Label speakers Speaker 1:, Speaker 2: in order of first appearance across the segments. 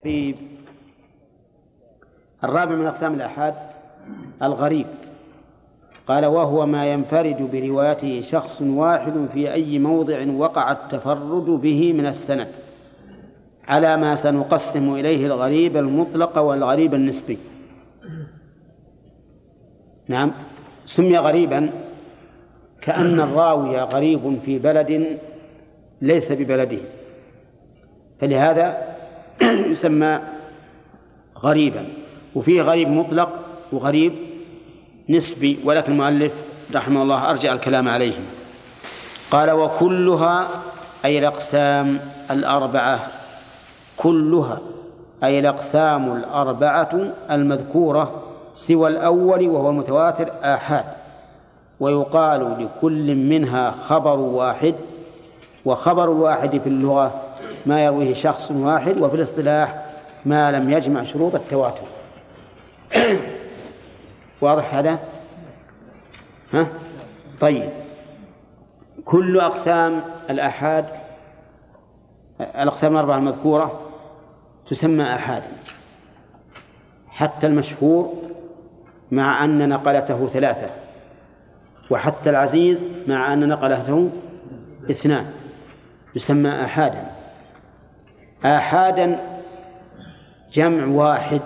Speaker 1: غريب. الرابع من أقسام الآحاد الغريب. قال: وهو ما ينفرد بروايته شخص واحد في أي موضع وقع التفرد به من السند، على ما سنقسم إليه الغريب المطلق والغريب النسبي. نعم، سمي غريبا كأن الراوي غريب في بلد ليس ببلده، فلهذا يسمى غريبا. وفيه غريب مطلق وغريب نسبي، ولكن المؤلف رحمه الله أرجع الكلام عليه. قال: وكلها أي الأقسام الأربعة، كلها أي الأقسام الأربعة المذكورة سوى الأول وهو المتواتر آحاد، ويقال لكل منها خبر واحد. وخبر الواحد في اللغة ما يرويه شخص واحد، وفي الاصطلاح ما لم يجمع شروط التواتر. واضح هذا؟ طيب، كل أقسام الآحاد، الأقسام الأربعة المذكورة تسمى آحادا، حتى المشهور مع أن نقلته 3، وحتى العزيز مع أن نقلته 2 يسمى آحادا. آحادا جمع واحد،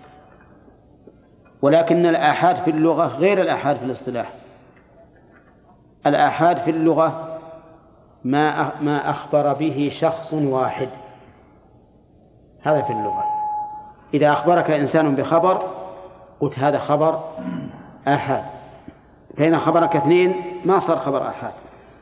Speaker 1: ولكن الآحاد في اللغة غير الآحاد في الاصطلاح. الآحاد في اللغة ما أخبر به شخص واحد، هذا في اللغة. إذا أخبرك إنسان بخبر قلت هذا خبر آحاد، فإن خبرك 2 ما صار خبر آحاد،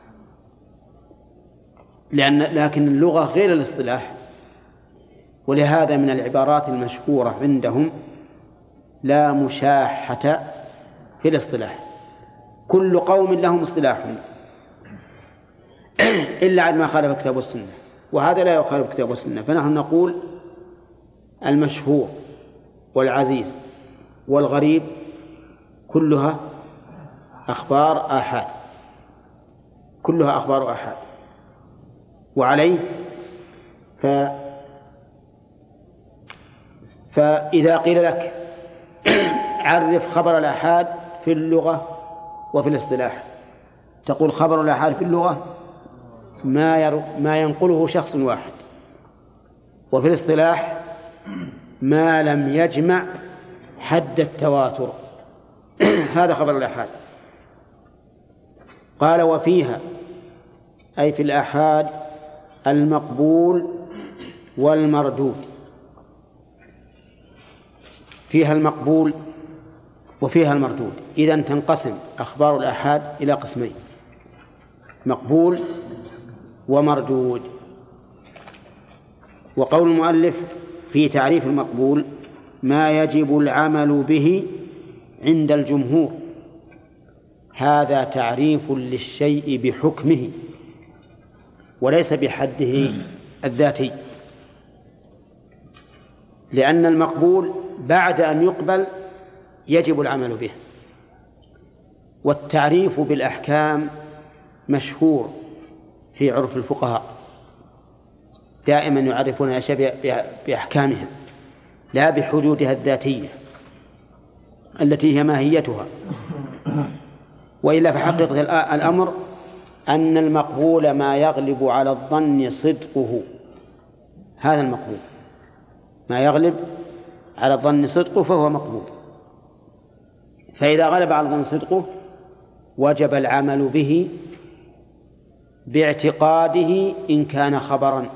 Speaker 1: لكن اللغة غير الاصطلاح. ولهذا من العبارات المشهورة عندهم: لا مشاحة في الاصطلاح، كل قوم لهم اصطلاحهم إلا عن ما خالف الكتاب والسنة، وهذا لا يخالف الكتاب والسنة. فنحن نقول المشهور والعزيز والغريب كلها أخبار آحاد، كلها أخبار آحاد. وعليه فإذا قيل لك عرف خبر الآحاد في اللغة وفي الاصطلاح، تقول خبر الآحاد في اللغة ما ينقله شخص واحد، وفي الاصطلاح ما لم يجمع حد التواتر. هذا خبر الآحاد. قال: وفيها أي في الآحاد المقبول والمردود. فيها المقبول وفيها المردود. إذن تنقسم أخبار الآحاد إلى قسمين: مقبول ومردود. وقول المؤلف في تعريف المقبول: ما يجب العمل به عند الجمهور. هذا تعريف للشيء بحكمه وليس بحده الذاتي، لأن المقبول بعد أن يقبل يجب العمل به. والتعريف بالأحكام مشهور في عرف الفقهاء، دائما يعرفون الأشياء بأحكامها لا بحدودها الذاتية التي هي ماهيتها. وإلا فحقيقة الأمر أن المقبول ما يغلب على الظن صدقه، هذا المقبول ما يغلب على الظن صدقه فهو مقبول. فإذا غلب على الظن صدقه وجب العمل به باعتقاده إن كان خبرا،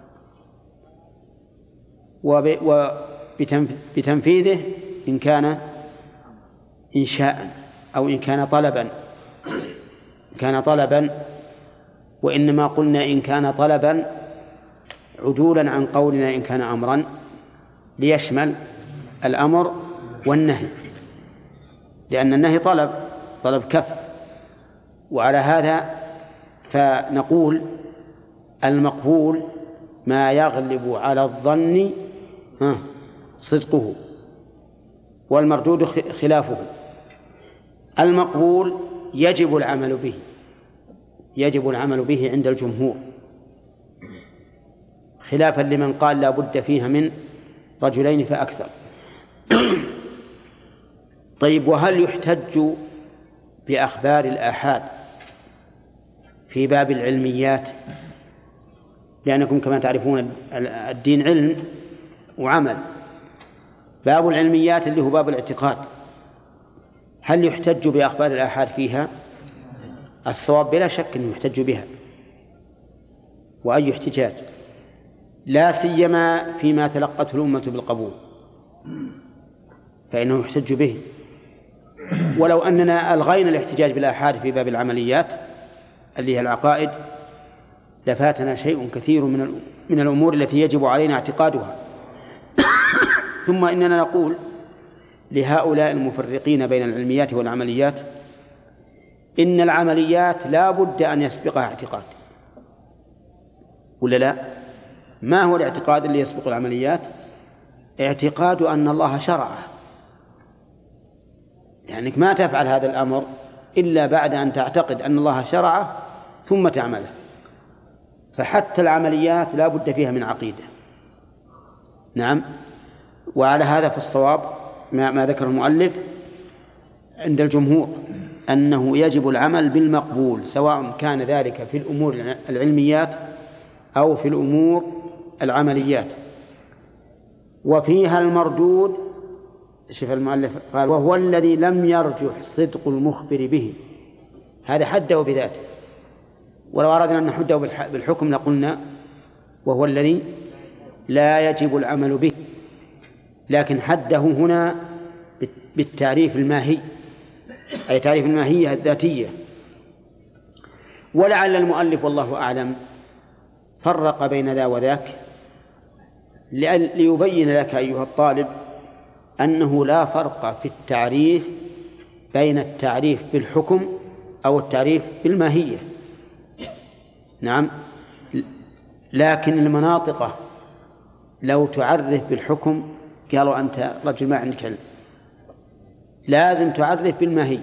Speaker 1: وبتنفيذه إن كان إنشاء أو إن كان طلبا. وإنما قلنا إن كان طلبا عدولا عن قولنا إن كان أمرا، ليشمل الأمر والنهي، لأن النهي طلب كف. وعلى هذا فنقول المقبول ما يغلب على الظن صدقه، والمردود خلافه. المقبول يجب العمل به عند الجمهور، خلافا لمن قال لا بد فيها من رجلين فأكثر. طيب، وهل يحتج بأخبار الآحاد في باب العلميات؟ لأنكم كما تعرفون الدين علم وعمل. باب العلميات اللي هو باب الاعتقاد، هل يحتج بأخبار الآحاد فيها؟ الصواب بلا شك أنه يحتج بها، وأي احتجاج، لا سيما فيما تلقته الأمة بالقبول فإنه يحتج به. ولو أننا ألغينا الاحتجاج بالآحاد في باب العمليات اللي هي العقائد لفاتنا شيء كثير من الأمور التي يجب علينا اعتقادها. ثم إننا نقول لهؤلاء المفرقين بين العلميات والعمليات إن العمليات لا بد أن يسبقها اعتقاد، ولا لا؟ ما هو الاعتقاد اللي يسبق العمليات؟ اعتقاد أن الله شرعه، لأنك ما تفعل هذا الأمر إلا بعد أن تعتقد أن الله شرعه ثم تعمله. فحتى العمليات لا بد فيها من عقيدة. نعم. وعلى هذا فالصواب ما ذكر المؤلف عند الجمهور أنه يجب العمل بالمقبول، سواء كان ذلك في الأمور العلميات أو في الأمور العمليات. وفيها المردود، شوف المؤلف قال وهو الذي لم يرجح صدق المخبر به، هذا حده بذاته. ولو أردنا أن نحده بالحكم لقلنا وهو الذي لا يجب العمل به، لكن حده هنا بالتعريف الماهي، أي تعريف الماهية الذاتية. ولعل المؤلف والله أعلم فرق بين ذا وذاك ليبين لك أيها الطالب أنه لا فرق في التعريف بين التعريف بالحكم أو التعريف بالماهية. نعم. لكن المناطق لو تعرف بالحكم قالوا أنت رجل ما عندك علم، لازم تعرف بالماهية.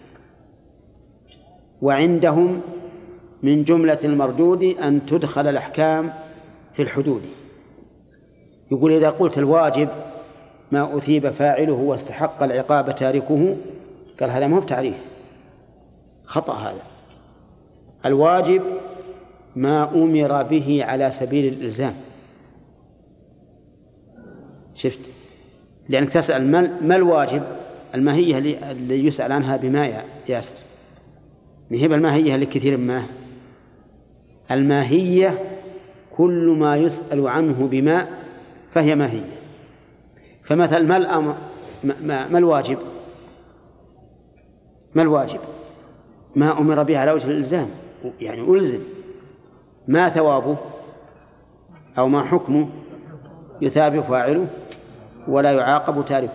Speaker 1: وعندهم من جملة المردود أن تدخل الأحكام في الحدود. يقول إذا قلت الواجب ما أثيب فاعله واستحق العقاب تاركه، قال هذا ما هو تعريف، خطأ هذا. الواجب ما أمر به على سبيل الإلزام. شفت؟ لأنك تسأل ما الواجب؟ الماهية اللي يسأل عنها بما يا ياسر، مهب الماهية لكثير ما. الماهية كل ما يسأل عنه بما فهي ماهية. فمثل ما الواجب؟ ما الواجب؟ ما أمر به على وجه الإلزام، يعني ألزم. ما ثوابه أو ما حكمه؟ يثاب فاعله ولا يعاقب تاركه،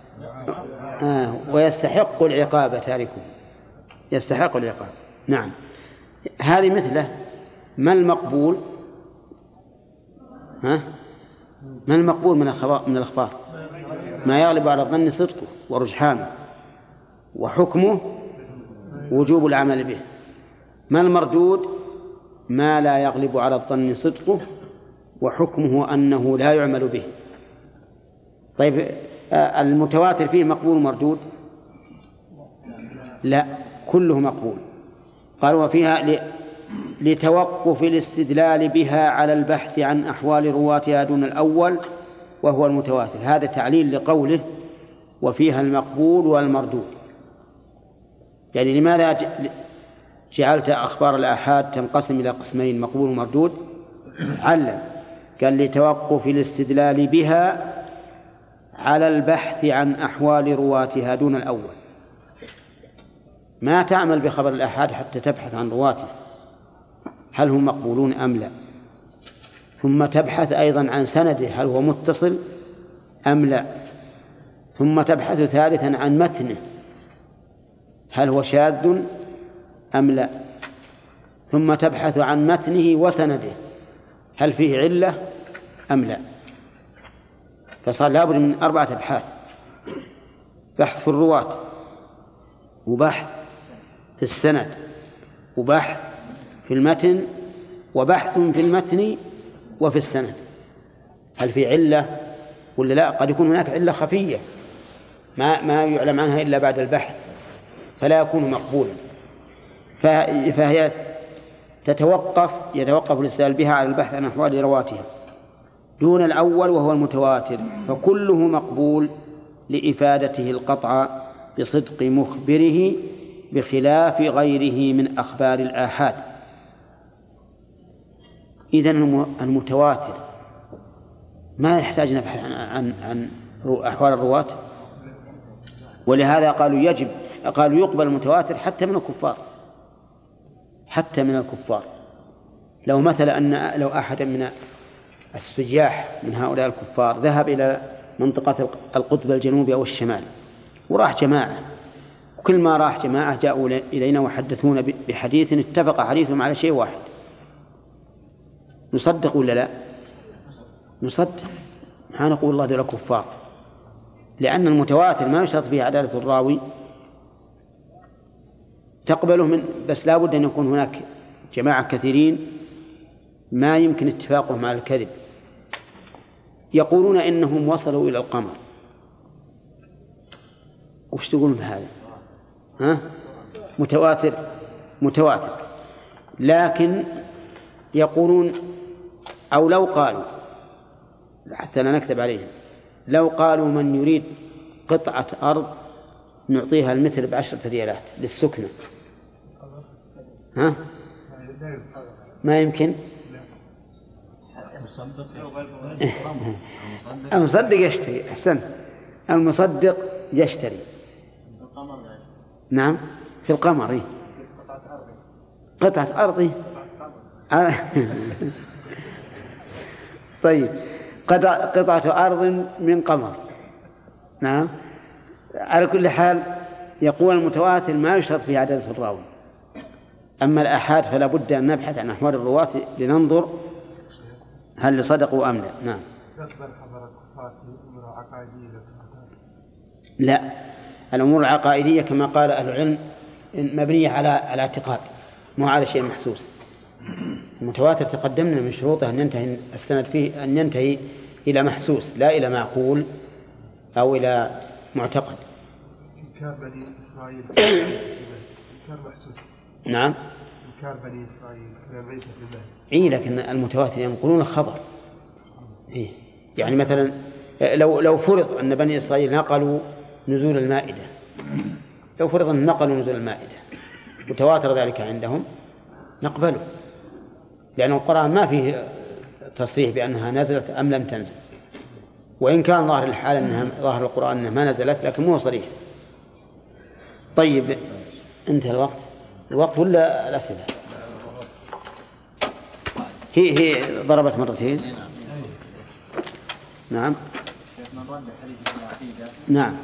Speaker 1: ويستحق العقاب تاركه، يستحق العقاب. نعم. هذه مثله. ما المقبول؟ ما المقبول من الأخبار؟ ما يغلب على الظن صدقه ورجحانه، وحكمه وجوب العمل به. ما المردود؟ ما لا يغلب على الظن صدقه وحكمه أنه لا يعمل به. طيب، المتواتر فيه مقبول ومردود؟ لا، كله مقبول. قالوا وفيها لتوقف الاستدلال بها على البحث عن أحوال رواتها دون الأول وهو المتواتر. هذا تعليل لقوله وفيها المقبول والمردود. يعني لماذا جعلت أخبار الآحاد تنقسم إلى قسمين، مقبول ومردود؟ علم، قال لتوقف الاستدلال بها على البحث عن أحوال رواتها دون الأول. ما تعمل بخبر الآحاد حتى تبحث عن رواته هل هم مقبولون أم لا، ثم تبحث أيضا عن سنده هل هو متصل أم لا، ثم تبحث ثالثا عن متنه هل هو شاذ أم لا، ثم تبحث عن متنه وسنده هل فيه علة أم لا. فصار لابد من 4 أبحاث: بحث في الرواة، وبحث في السند، وبحث في المتن، وبحث في المتن وفي السند هل في علة ولا لا؟ قد يكون هناك علة خفية ما يعلم عنها إلا بعد البحث، فلا يكون مقبولا. فهي يتوقف الاستدلال بها على البحث عن أحوال رواتها دون الأول وهو المتواتر، فكله مقبول لإفادته القطع بصدق مخبره بخلاف غيره من أخبار الآحاد. إذن المتواتر ما يحتاج نبحث عن أحوال الرواة، ولهذا قالوا يقبل المتواتر حتى من الكفار. لو مثل أن لو أحد من السياح من هؤلاء الكفار ذهب إلى منطقة القطب الجنوبي أو الشمال وراح جماعة، كل ما راح جماعة جاءوا إلينا وحدثونا بحديث اتفق حديثهم على شيء واحد، نصدق ولا لا؟ نصدق، ما نقول الله دول كفار، لأن المتواتر ما يشترط فيه عدالة الراوي، تقبله بس لا بد أن يكون هناك جماعة كثيرين ما يمكن اتفاقهم على الكذب. يقولون إنهم وصلوا إلى القمر، وش تقولون بهذا؟ متواتر. لكن يقولون أو لو قالوا، حتى لا نكذب عليهم، لو قالوا من يريد قطعة أرض نعطيها المتر ب10 ريالات للسكنة، ما يمكن. المصدق يشتري، أحسن، المصدق يشتري. نعم في القمر قطعة أرضي. طيب قطعة أرض من قمر. نعم. على كل حال يقول المتواتر ما يشترط في عدالة الراوي، أما الآحاد فلا بد أن نبحث عن أحوال الرواة لننظر هل صدقوا أم لا. نعم. لا، الأمور العقائدية كما قال أهل العلم مبنية على اعتقاد، مو على شيء محسوس. المتواتر تقدمنا من شروطه أن ينتهي السند فيه أن ينتهي إلى محسوس لا إلى معقول أو إلى معتقد.
Speaker 2: إنكار بني إسرائيل إنكار محسوس.
Speaker 1: نعم.
Speaker 2: إنكار بني إسرائيل كلام عيسى في المهد.
Speaker 1: إيه، لكن المتواتر ينقلون الخبر. إيه، يعني مثلا لو فرض أن بني إسرائيل نقلوا نزول المائدة، لو فرض أن نقلوا نزول المائدة وتواتر ذلك عندهم نقبله، لأن القرآن ما فيه تصريح بأنها نزلت أم لم تنزل، وإن كان ظاهر الحال أنها ظاهر القرآن أنها ما نزلت، لكن مو صريح. طيب انتهى الوقت ولا الأسئلة؟ هي ضربت مرتين. نعم. نعم.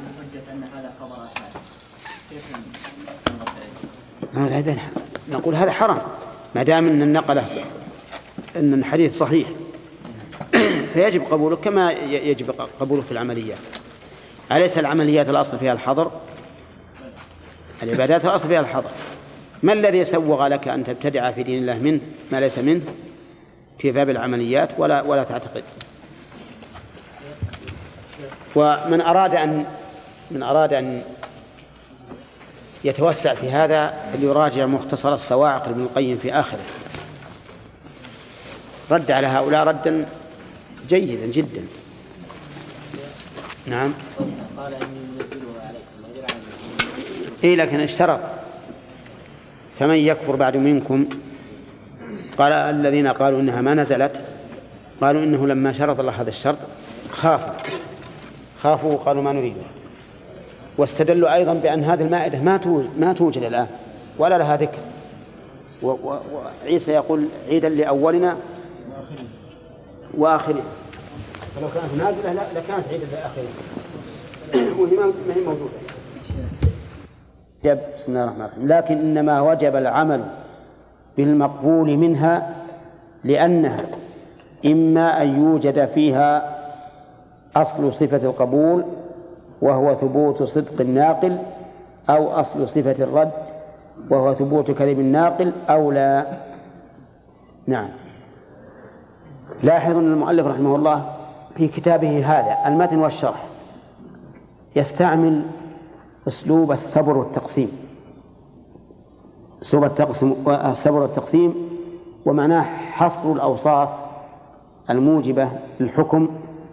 Speaker 1: نقول هذا حرام ما دام أن النقل أن الحديث صحيح فيجب قبوله كما يجب قبوله في العمليات. أليس العمليات الأصل فيها الحظر؟ العبادات الأصل فيها الحظر. ما الذي سوغ لك أن تبتدع في دين الله منه ما ليس منه في باب العمليات ولا تعتقد؟ ومن أراد أن يتوسع في هذا فليراجع مختصر الصواعق لابن القيم في آخره، رد على هؤلاء ردا جيدا جدا. نعم. قال إني منزلها عليكم. إيه، لكن اشترط فمن يكفر بعد منكم. قال الذين قالوا إنها ما نزلت قالوا إنه لما شرط الله هذا الشرط خافوا قالوا ما نريده، واستدلوا أيضا بأن هذه المائدة ما توجد الآن ولا لها ذكر، وعيسى يقول عيدا لأولنا وآخرنا، فلو كانت نازلة لكانت عيدا لآخرنا وهي ما هي موجودة. بسم الله الرحمن الرحيم. لكن إنما وجب العمل بالمقبول منها لأنها إما أن يوجد فيها أصل صفة القبول وهو ثبوت صدق الناقل، أو أصل صفة الرد وهو ثبوت كذب الناقل، أو لا. نعم. لاحظوا أن المؤلف رحمه الله في كتابه هذا المتن والشرح يستعمل أسلوب الصبر والتقسيم. أسلوب الصبر والتقسيم ومعناه حصر الأوصاف الموجبة للحكم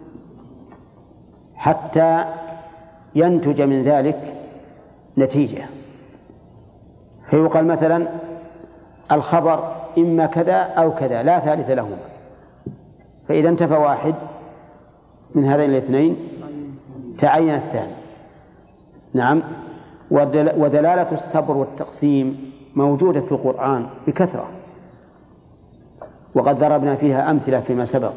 Speaker 1: حتى ينتج من ذلك نتيجة. فيقال مثلا الخبر إما كذا أو كذا لا ثالث لهما، فإذا انتفى واحد من هذين الاثنين تعين الثاني. نعم. ودلالة الصبر والتقسيم موجودة في القرآن بكثرة، وقد ضربنا فيها أمثلة فيما سبق،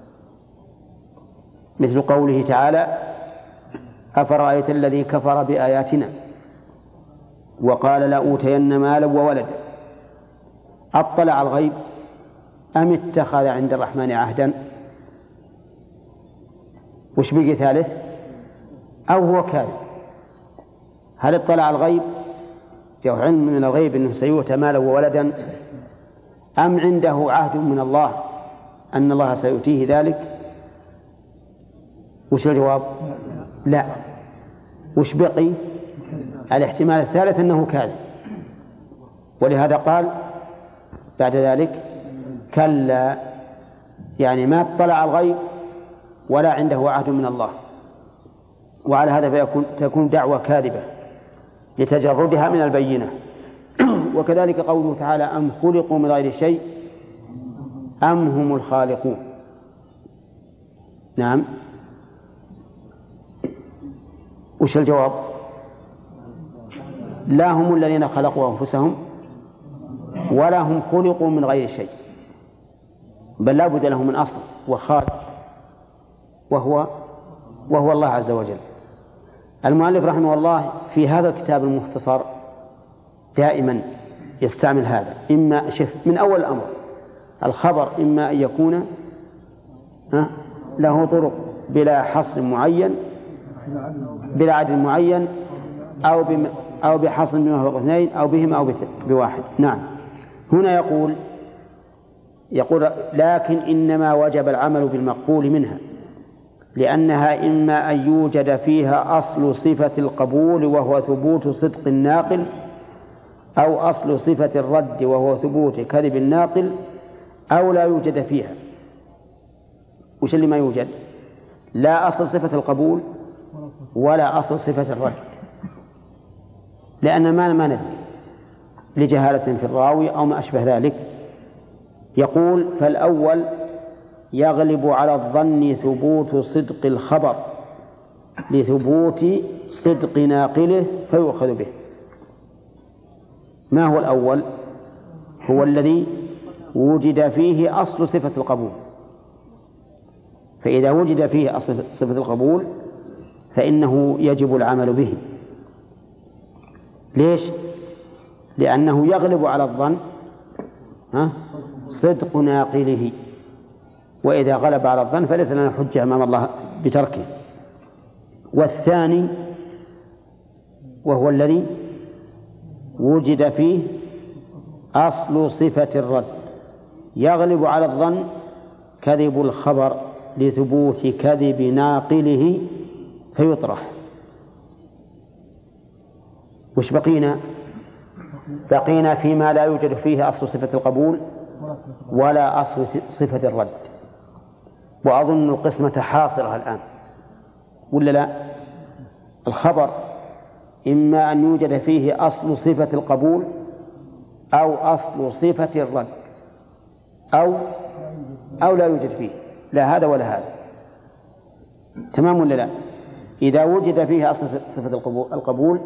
Speaker 1: مثل قوله تعالى أفرأيت الذي كفر بآياتنا وقال لأوتين مالا وولدا أطلع على الغيب أم اتخذ عند الرحمن عهدا. وش بقي ثالث؟ أو هو كاذب. هل اطلع على الغيب جاء علم من الغيب أنه سيؤتى مالا وولدا، أم عنده عهد من الله أن الله سيؤتيه ذلك؟ وش الجواب؟ لا. وش بقي؟ الاحتمال الثالث أنه كاذب، ولهذا قال بعد ذلك كلا، يعني ما اطلع على الغيب ولا عنده عهد من الله، وعلى هذا تكون دعوة كاذبة لتجردها من البينة. وكذلك قوله تعالى أم خلقوا من غير شيء أم هم الخالقون. نعم. وش الجواب؟ لا هم الذين خلقوا أنفسهم ولا هم خلقوا من غير شيء، بل لا بد لهم من أصل وخالق وهو الله عز وجل. المؤلف رحمه الله في هذا الكتاب المختصر دائما يستعمل هذا، إما من أول الأمر الخبر إما أن يكون له طرق بلا حصر معين بلا عدد معين أو بحصر بما فوق اثنين أو بهما أو بواحد. نعم. هنا يقول لكن إنما وجب العمل بالمقبول منها لأنها إما أن يوجد فيها أصل صفة القبول وهو ثبوت صدق الناقل، أو أصل صفة الرد وهو ثبوت كذب الناقل، أو لا يوجد فيها. وش اللي ما يوجد؟ لا أصل صفة القبول ولا أصل صفة الرد، لأن ما ندري لجهالة في الراوي أو ما أشبه ذلك. يقول فالأول يغلب على الظن ثبوت صدق الخبر لثبوت صدق ناقله فيؤخذ به. ما هو الأول؟ هو الذي وجد فيه أصل صفة القبول، فإذا وجد فيه أصل صفة القبول فإنه يجب العمل به. ليش؟ لأنه يغلب على الظن صدق ناقله، وإذا غلب على الظن فليس لنا حجة أمام الله بتركه. والثاني وهو الذي وجد فيه أصل صفة الرد يغلب على الظن كذب الخبر لثبوت كذب ناقله فيطرح. وش بقينا؟ بقينا فيما لا يوجد فيه أصل صفة القبول ولا أصل صفة الرد. وأظن القسمة حاصرة الآن ولا لا؟ الخبر إما أن يوجد فيه أصل صفة القبول أو أصل صفة الرد أو لا يوجد فيه، لا هذا ولا هذا. تمام ولا لا؟ إذا وجد فيه أصل صفة القبول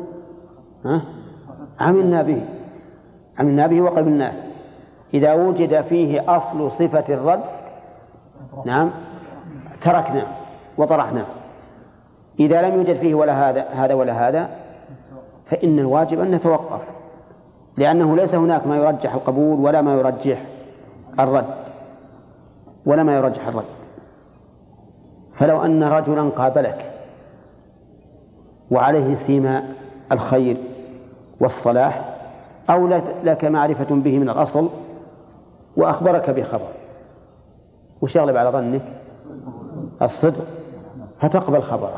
Speaker 1: عملنا به وقبلناه. إذا وجد فيه أصل صفة الرد نعم تركنا وطرحنا. إذا لم يوجد فيه ولا هذا ولا هذا فإن الواجب أن نتوقف، لأنه ليس هناك ما يرجح القبول ولا ما يرجح الرد فلو أن رجلا قابلك وعليه سيما الخير والصلاح أو لك معرفة به من الأصل وأخبرك بخبر، وش يغلب على ظنك؟ الصدق فتقبل خبره.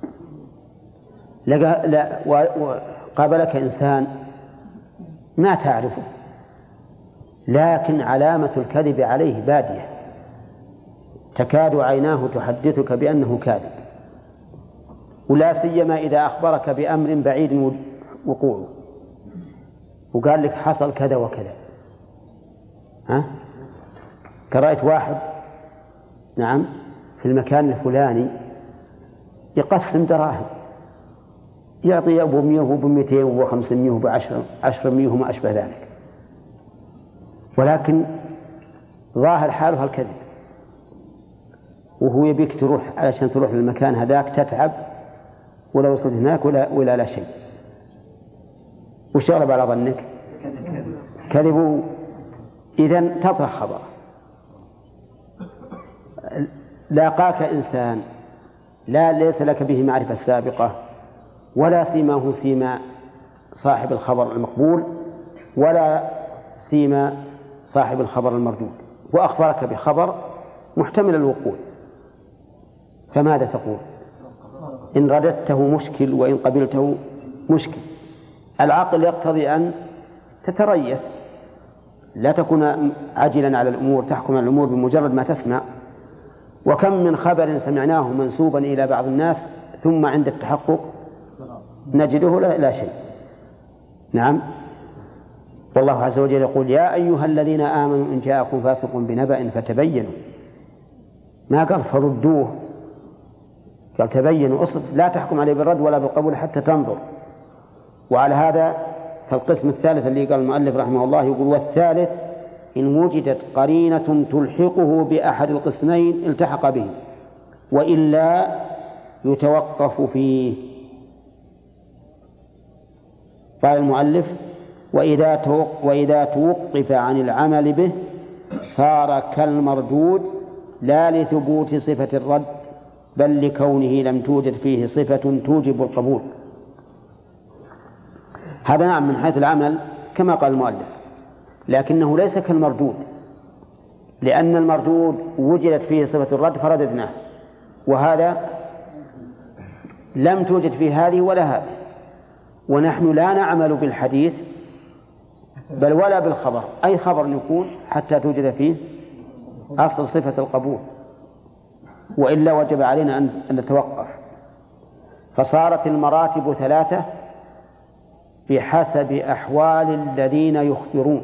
Speaker 1: وقابلك إنسان ما تعرفه لكن علامة الكذب عليه بادية، تكاد عيناه تحدثك بأنه كاذب، ولا سيما إذا أخبرك بأمر بعيد وقوعه وقال لك حصل كذا وكذا. قرأت واحد نعم في المكان الفلاني يقسم دراهم، يعطي أبو 100 وأبو 200 وأبو 500 وأبو 10 وما أشبه ذلك، ولكن ظاهر حاله الكذب، وهو يبيك تروح علشان تروح للمكان هذاك تتعب ولا وصلت هناك ولا لا شيء. وش يغلب على ظنك؟ كذب. إذن تطرح خبر. لاقاك إنسان ليس لك به معرفة سابقة ولا سيماه سيما صاحب الخبر المقبول ولا سيما صاحب الخبر المردود، وأخبرك بخبر محتمل الوقوع، فماذا تقول؟ إن رددته مشكل وإن قبلته مشكل. العقل يقتضي أن تتريث، لا تكون عاجلا على الأمور، تحكم على الأمور بمجرد ما تسمع. وكم من خبر سمعناه منسوبا إلى بعض الناس ثم عند التحقق نجده لا شيء. نعم. والله عز وجل يقول يا أيها الذين آمنوا إن جاءكم فاسق بنبأ فتبينوا، ما قال فردوه، قال تبينوا، لا تحكم عليه بالرد ولا بالقبول حتى تنظر. وعلى هذا فالقسم الثالث اللي قال المؤلف رحمه الله يقول والثالث إن وجدت قرينة تلحقه بأحد القسمين التحق به وإلا يتوقف فيه. قال المؤلف وإذا توقف عن العمل به صار كالمردود لا لثبوت صفة الرد بل لكونه لم توجد فيه صفة توجب القبول. هذا نعم من حيث العمل كما قال المؤلف، لكنه ليس كالمردود، لأن المردود وجدت فيه صفة الرد فرددناه، وهذا لم توجد فيه هذه ولا هذه، ونحن لا نعمل بالحديث بل ولا بالخبر، أي خبر يكون حتى توجد فيه أصل صفة القبول، وإلا وجب علينا أن نتوقف. فصارت المراتب ثلاثة بحسب أحوال الذين يخبرون.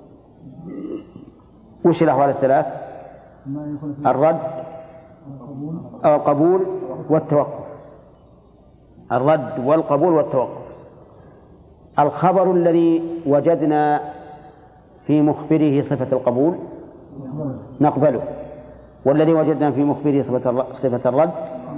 Speaker 1: وش الأحوال الثلاث؟ الرد أو القبول والتوقف. الرد والقبول والتوقف. الخبر الذي وجدنا في مخبره صفة القبول نقبله، والذي وجدنا في مخبره صفة الرد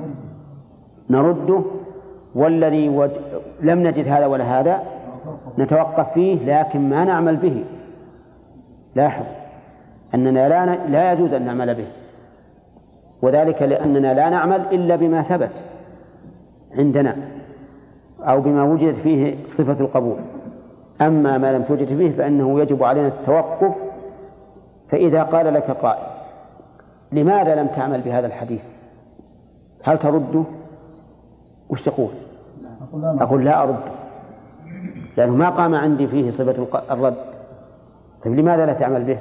Speaker 1: نرده، والذي لم نجد هذا ولا هذا نتوقف فيه لكن ما نعمل به. لاحظ أننا لا يجوز أن نعمل به، وذلك لأننا لا نعمل إلا بما ثبت عندنا أو بما وجدت فيه صفة القبول. أما ما لم توجد فيه فإنه يجب علينا التوقف. فإذا قال لك قائل لماذا لم تعمل بهذا الحديث هل ترده؟ وش تقول؟ أقول لا أرده لأنه ما قام عندي فيه صفة الرد. طيب لماذا لا تعمل به؟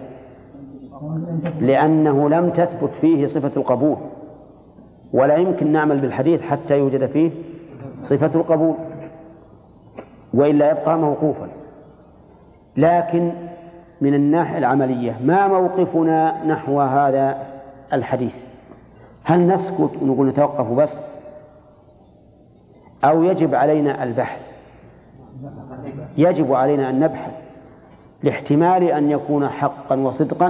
Speaker 1: لأنه لم تثبت فيه صفة القبول، ولا يمكن نعمل بالحديث حتى يوجد فيه صفة القبول، وإلا يبقى موقوفا. لكن من الناحية العملية ما موقفنا نحو هذا الحديث؟ هل نسكت ونقول نتوقف بس، أو يجب علينا البحث؟ يجب علينا أن نبحث لاحتمال أن يكون حقا وصدقا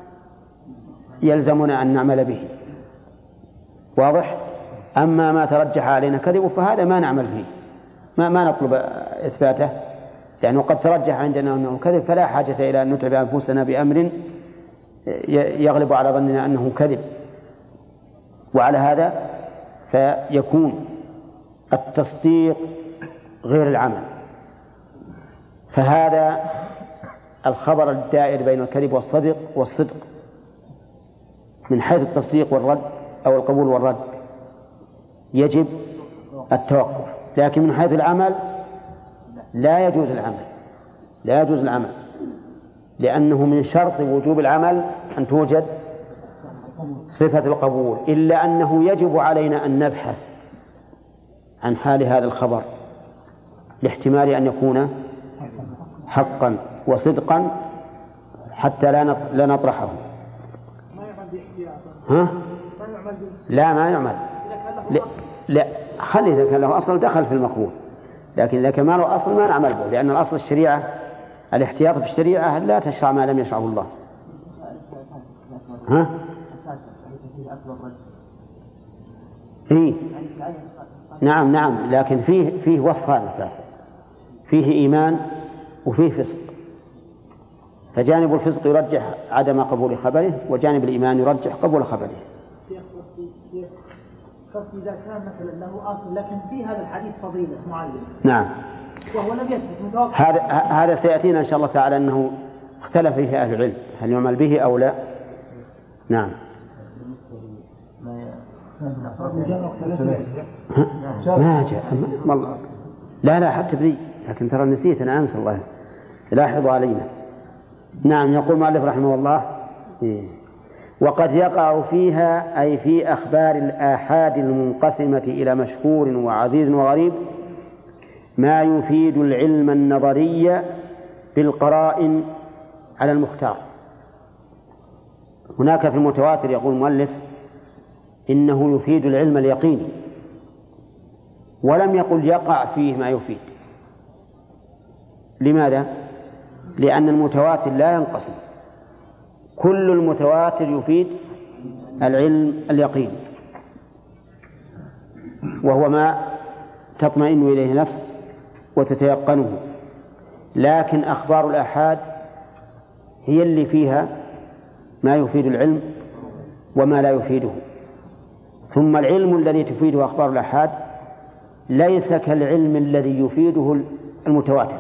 Speaker 1: يلزمنا أن نعمل به. واضح؟ أما ما ترجح علينا كذب فهذا ما نعمل فيه، ما نطلب إثباته، لأنه قد ترجح عندنا أنه كذب فلا حاجة إلى أن نتعب أنفسنا بأمر يغلب على ظننا أنه كذب. وعلى هذا فيكون التصديق غير العمل. فهذا الخبر الدائر بين الكذب والصدق من حيث التصديق والرد أو القبول والرد يجب التوقف، لكن من حيث العمل لا يجوز العمل لأنه من شرط وجوب العمل أن توجد صفة القبول، إلا أنه يجب علينا أن نبحث عن حال هذا الخبر لاحتمال أن يكون حقا وصدقا حتى لا نطرحه. ها؟ لا ما يعمل. لا خلي إذا كان له أصل دخل في المقبول، لكن إذا كان ما له أصل ما نعمل به، لأن الأصل الشريعة الاحتياط في الشريعة لا تشرع ما لم يشرعه الله. ها؟ إيه؟ نعم لكن فيه وصف هذا الفاسق، فيه إيمان وفيه فسق، فجانب الفسق يرجح عدم قبول خبره، وجانب الإيمان يرجح قبول خبره.
Speaker 3: إذا كان مثلا له أصل لكن في هذا الحديث فضيلة معين،
Speaker 1: نعم،
Speaker 3: وهو لم يثبت
Speaker 1: هذا سيأتينا إن شاء الله تعالى أنه اختلف فيه أهل العلم هل يعمل به أو لا. نعم. ما جاء والله لا حتى بدي، لكن ترى نسيت أنا أنسى، الله لاحظوا علينا. نعم. يقول مؤلف رحمه الله: وقد يقع فيها أي في أخبار الآحاد المنقسمة إلى مشهور وعزيز وغريب ما يفيد العلم النظري بالقرائن على المختار. هناك في المتواتر يقول المؤلف إنه يفيد العلم اليقيني، ولم يقل يقع فيه ما يفيد. لماذا؟ لأن المتواتر لا ينقسم، كل المتواتر يفيد العلم اليقيني، وهو ما تطمئن إليه نفس وتتيقنه، لكن أخبار الآحاد هي اللي فيها ما يفيد العلم وما لا يفيده. ثم العلم الذي تفيده أخبار الآحاد ليس كالعلم الذي يفيده المتواتر،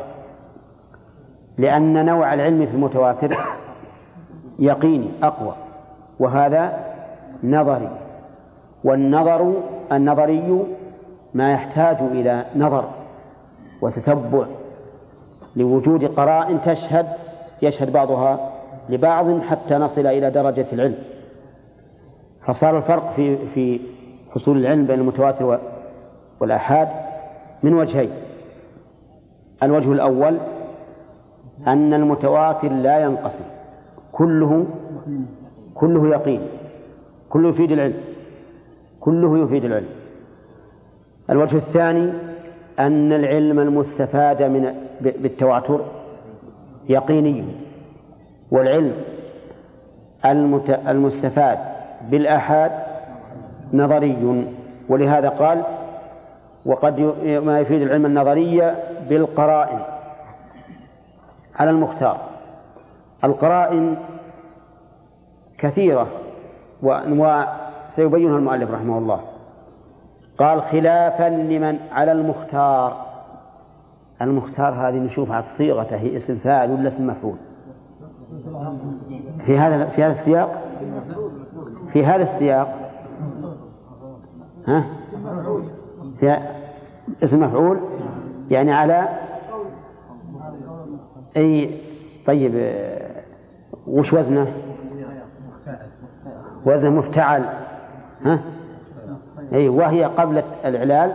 Speaker 1: لأن نوع العلم في المتواتر يقيني أقوى، وهذا نظري، النظري ما يحتاج إلى نظر وتتبع لوجود قرائن يشهد بعضها لبعض حتى نصل إلى درجة العلم. فصار الفرق في حصول العلم بين المتواتر والآحاد من وجهين: الوجه الأول أن المتواتر لا ينقسم، كله يقين، كله يفيد العلم. الوجه الثاني أن العلم المستفاد بالتواتر يقيني، والعلم المستفاد بالآحاد نظري. ولهذا قال: وقد ما يفيد العلم النظري بالقرائن على المختار. القرائن كثيرة وأنواع سيبينها المؤلف رحمه الله. قال: خلافا لمن على المختار. المختار هذه نشوف على صيغته، هي اسم فاعل ولا اسم مفعول في هذا السياق؟ في هذا السياق في اسم مفعول، يعني على أي. طيب وش وزنه؟ وزن مفتعل. أي، وهي قبل الإعلال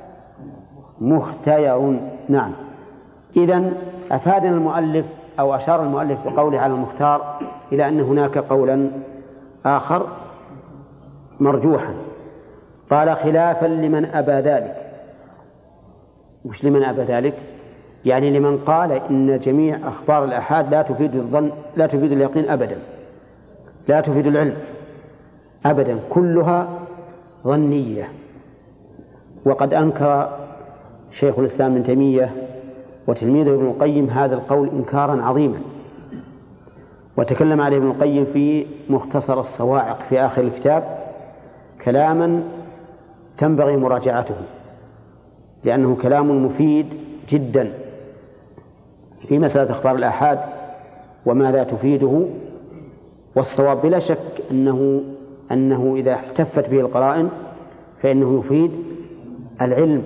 Speaker 1: مختير. نعم. إذن أفادنا المؤلف أو أشار المؤلف بقوله على المختار إلى أن هناك قولا آخر مرجوحا. قال: خلافا لمن أبى ذلك. وش لمن أبى ذلك؟ يعني لمن قال إن جميع أخبار الآحاد لا تفيد الظن، لا تفيد اليقين أبدا، لا تفيد العلم أبدا، كلها ظنية. وقد أنكر شيخ الإسلام ابن تيمية وتلميذه ابن القيم هذا القول إنكارا عظيما، وتكلم عليه ابن القيم في مختصر الصواعق في آخر الكتاب كلاما تنبغي مراجعته، لأنه كلام مفيد جدا في مسألة أخبار الآحاد وماذا تفيده. والصواب بلا شك أنه أنه إذا احتفت به القرائن فإنه يفيد العلم.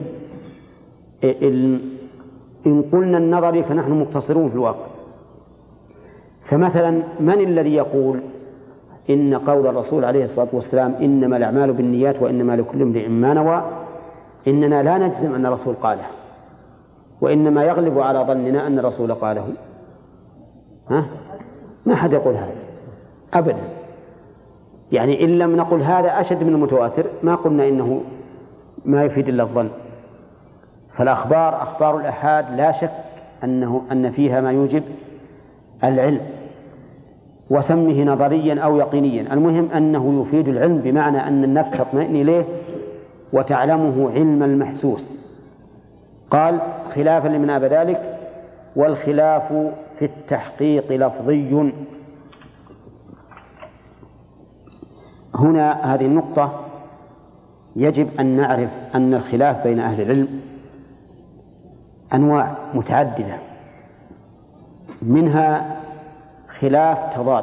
Speaker 1: إن قلنا النظري فنحن مقتصرون في الواقع. فمثلا من الذي يقول إن قول الرسول عليه الصلاة والسلام إنما الأعمال بالنيات وإنما لكل امرئ ما نوى، إننا لا نجزم أن الرسول قاله، وإنما يغلب على ظننا أن الرسول قاله؟ ما حد يقول هذا أبدا. يعني إن لم نقل هذا أشد من المتواتر ما قلنا إنه ما يفيد إلا الظن. فالأخبار أخبار الآحاد لا شك أن فيها ما يوجب العلم، وسمه نظريا أو يقينيا، المهم أنه يفيد العلم بمعنى أن النفس تطمئن إليه وتعلمه علم المحسوس. قال خلافا لمن أبى ذلك: والخلاف في التحقيق لفظي. هنا هذه النقطة يجب أن نعرف أن الخلاف بين أهل العلم أنواع متعددة، منها خلاف تضاد،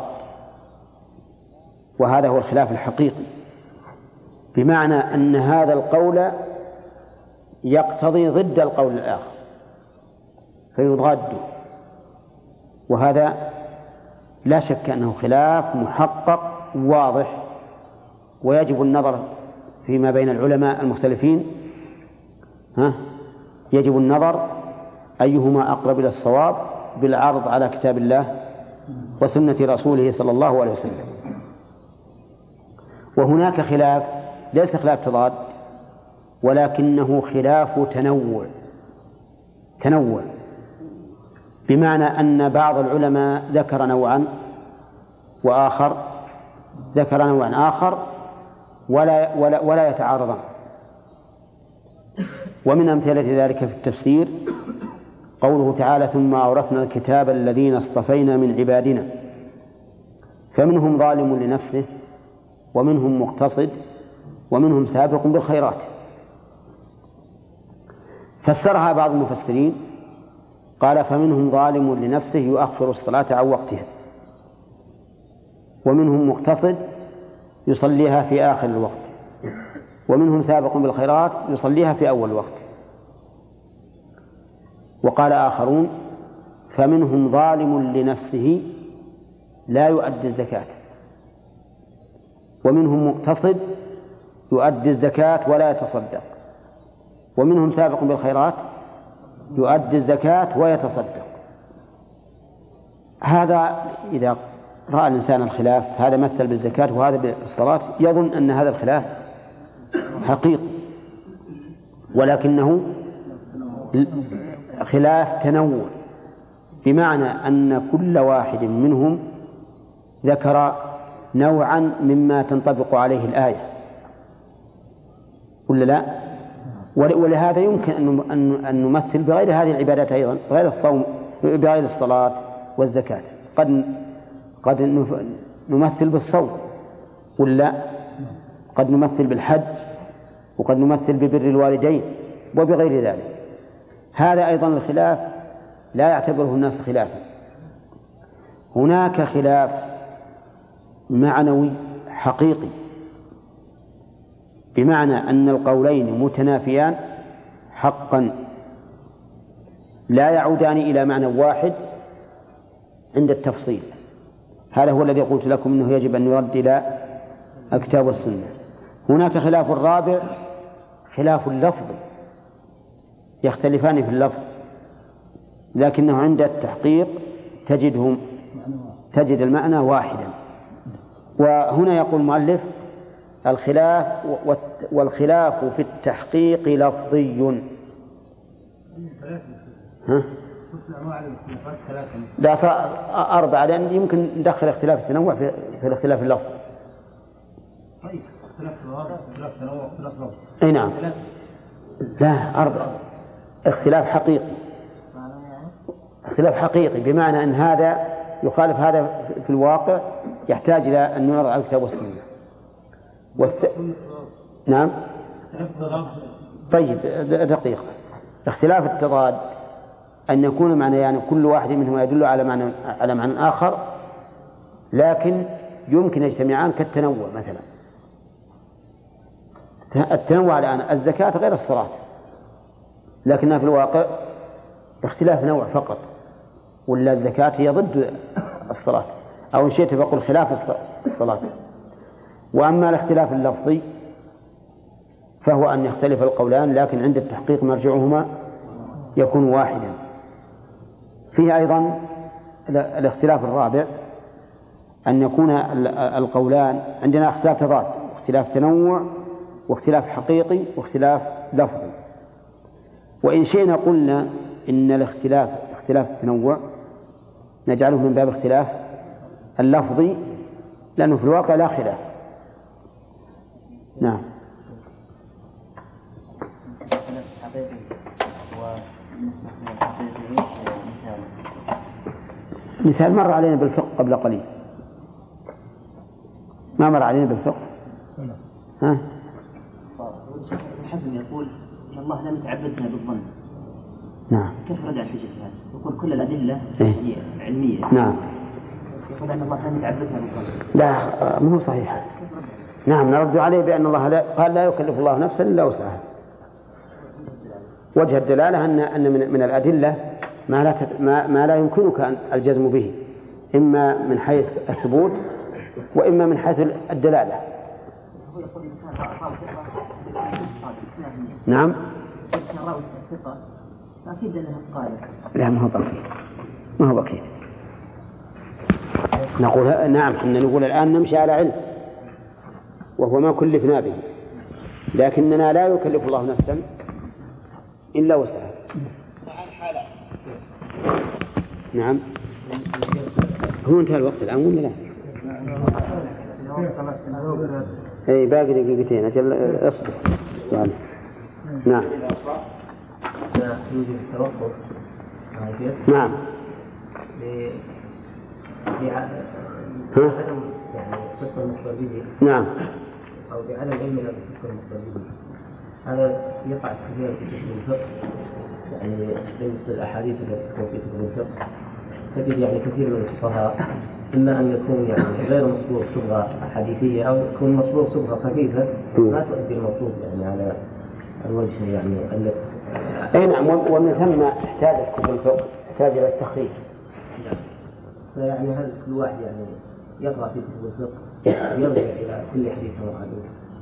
Speaker 1: وهذا هو الخلاف الحقيقي، بمعنى أن هذا القول يقتضي ضد القول الآخر فيضاده، وهذا لا شك أنه خلاف محقق واضح، ويجب النظر فيما بين العلماء المختلفين، يجب النظر أيهما أقرب إلى الصواب بالعرض على كتاب الله وسنة رسوله صلى الله عليه وسلم. وهناك خلاف ليس خلاف تضاد، ولكنه خلاف تنوع، بمعنى أن بعض العلماء ذكر نوعا وآخر ذكر نوعا آخر ولا يتعارضان. ومن أمثلة ذلك في التفسير قوله تعالى: ثم أورثنا الكتاب الذين اصطفينا من عبادنا فمنهم ظالم لنفسه ومنهم مقتصد ومنهم سابق بالخيرات. فسرها بعض المفسرين قال: فمنهم ظالم لنفسه يؤخر الصلاة عن وقتها، ومنهم مقتصد يصليها في آخر الوقت، ومنهم سابق بالخيرات يصليها في أول الوقت. وقال آخرون: فمنهم ظالم لنفسه لا يؤدي الزكاة، ومنهم مقتصد يؤدي الزكاة ولا يتصدق، ومنهم سابق بالخيرات يؤدي الزكاة ويتصدق. هذا إذا رأى الإنسان الخلاف، هذا مثل بالزكاة وهذا بالصلاة، يظن أن هذا الخلاف حقيقي، ولكنه خلاف تنوع، بمعنى أن كل واحد منهم ذكر نوعا مما تنطبق عليه الآية، ولا لا؟ ولهذا يمكن أن نمثل بغير هذه العبادات أيضا، غير الصوم، بغير الصلاة والزكاة. قد نمثل بالصوم، ولا قد نمثل بالحج، وقد نمثل ببر الوالدين وبغير ذلك. هذا أيضا الخلاف لا يعتبره الناس خلافا. هناك خلاف معنوي حقيقي، بمعنى أن القولين متنافيان حقا لا يعودان إلى معنى واحد عند التفصيل. هذا هو الذي قلت لكم أنه يجب أن يرد إلى الكتاب والسنة. هناك خلاف رابع، خلاف اللفظ، يختلفان في اللفظ لكنه عند التحقيق تجد المعنى واحدا. وهنا يقول المؤلف: الخلاف والخلاف في التحقيق لفظي. لا، صار 4، لأن يمكن ندخل اختلاف التنوع في الاختلاف اللفظ.
Speaker 4: طيب، اختلاف تنوع، اختلاف لفظ.
Speaker 1: أي نعم. لا، 4 اختلاف حقيقي. اختلاف حقيقي بمعنى أن هذا يخالف هذا في الواقع، يحتاج إلى أن نعرض على الكتاب والسنة. نعم. طيب، دقيقة. اختلاف التضاد أن يكون معنى يعني كل واحد منهما يدل على معنى آخر، لكن يمكن يجتمعان كالتنوع مثلا. التنوع الآن الزكاة غير الصلاة، لكنها في الواقع اختلاف نوع فقط، ولا الزكاة هي ضد الصلاة، أو إن شئت فقل خلاف الصلاة. وأما الاختلاف اللفظي فهو أن يختلف القولان، لكن عند التحقيق مرجعهما يكون واحدا. فيه أيضا الاختلاف الرابع أن يكون القولان عندنا اختلاف تضاد، اختلاف تنوع، واختلاف حقيقي، واختلاف لفظي. وإن شئنا قلنا إن الاختلاف اختلاف التنوع نجعله من باب اختلاف اللفظي، لأنه في الواقع لا خلاف. نعم. مثال مر علينا بالفقه قبل قليل، ما مر علينا بالفقه. ها؟
Speaker 5: الحزم يقول إن الله لم يتعبدنا بالظن.
Speaker 1: نعم.
Speaker 5: كيف رجع في هذا؟ يقول كل الأدلة علمية.
Speaker 1: نعم.
Speaker 5: يقول أن الله لم يتعبدنا بالظن.
Speaker 1: لا، ما هو صحيح. نعم، نرد عليه بأن الله قال لا يكلف الله نفسا إلا وسعها. وجه الدلالة أن من الأدلة ما لا يمكنك الجزم به، إما من حيث الثبوت وإما من حيث الدلالة. نعم. لا، ما هو بكيت. نقول نعم، إحنا نقول الآن نمشي على علم وهو ما كلفنا به، لكننا لا يكلف الله نفسا إلا وسعها. نعم. هو انتهى الوقت الآن ولا لا؟ اي باقي دقيقتين، أجل اصبر. يعني. نعم.
Speaker 5: يوجد التوقف.
Speaker 1: نعم.
Speaker 5: بعدم يعني الصدق المخبر به.
Speaker 1: نعم.
Speaker 5: أو بعدم علمنا بالصدق المخبر به. هذا يقع كثيرا في كتب الفقه، يعني بالنسبة للأحاديث التي تكون في كتب الفقه تجد يعني كثير من الفقهاء إما أن يكون يعني غير مصبوغ صبغة حديثية أو يكون مصبوغ صبغة خفيفة ما تؤدي المطلوب يعني على الوجه يعني التي.
Speaker 1: أي نعم، ومن ثم احتاجت كتب الفقه تحتاج إلى التخريج.
Speaker 5: فيعني هل كل واحد يعني يقرأ في كتب الفقه يرجع إلى كل حديث وحديث؟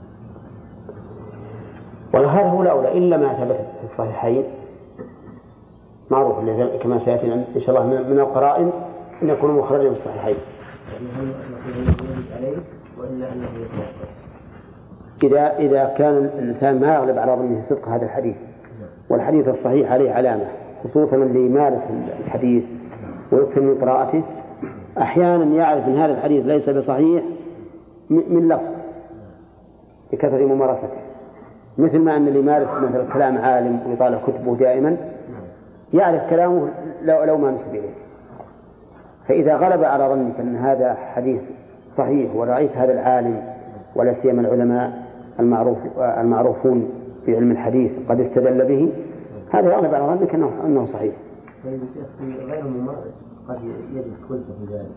Speaker 1: وهذا هو الأولى، إلا ما ثبت في الصحيحين معروف كما سيأتي إن شاء الله من القرائن أن يكون مخرجا في الصحيحين.
Speaker 5: يعني هل يجب عليه وإلا أنه يتوقف؟
Speaker 1: إذا كان الإنسان ما يغلب على ظنه صدق هذا الحديث، والحديث الصحيح عليه علامة، خصوصا اللي يمارس الحديث ويكثر من قراءته، أحيانا يعرف أن هذا الحديث ليس بصحيح من لفظ بكثرة ممارسته، مثل ما أن اللي يمارس مثل كلام عالم ويطالع كتبه دائما يعرف كلامه لو ما نسب إليه. فإذا غلب على ظنك أن هذا حديث صحيح ورأيت هذا العالم ولا سيما العلماء المعروفون في علم الحديث قد استدل به، هذا يغلب على ظنك أنه صحيح.
Speaker 5: غير ممارس قد يجد كلفة في ذلك.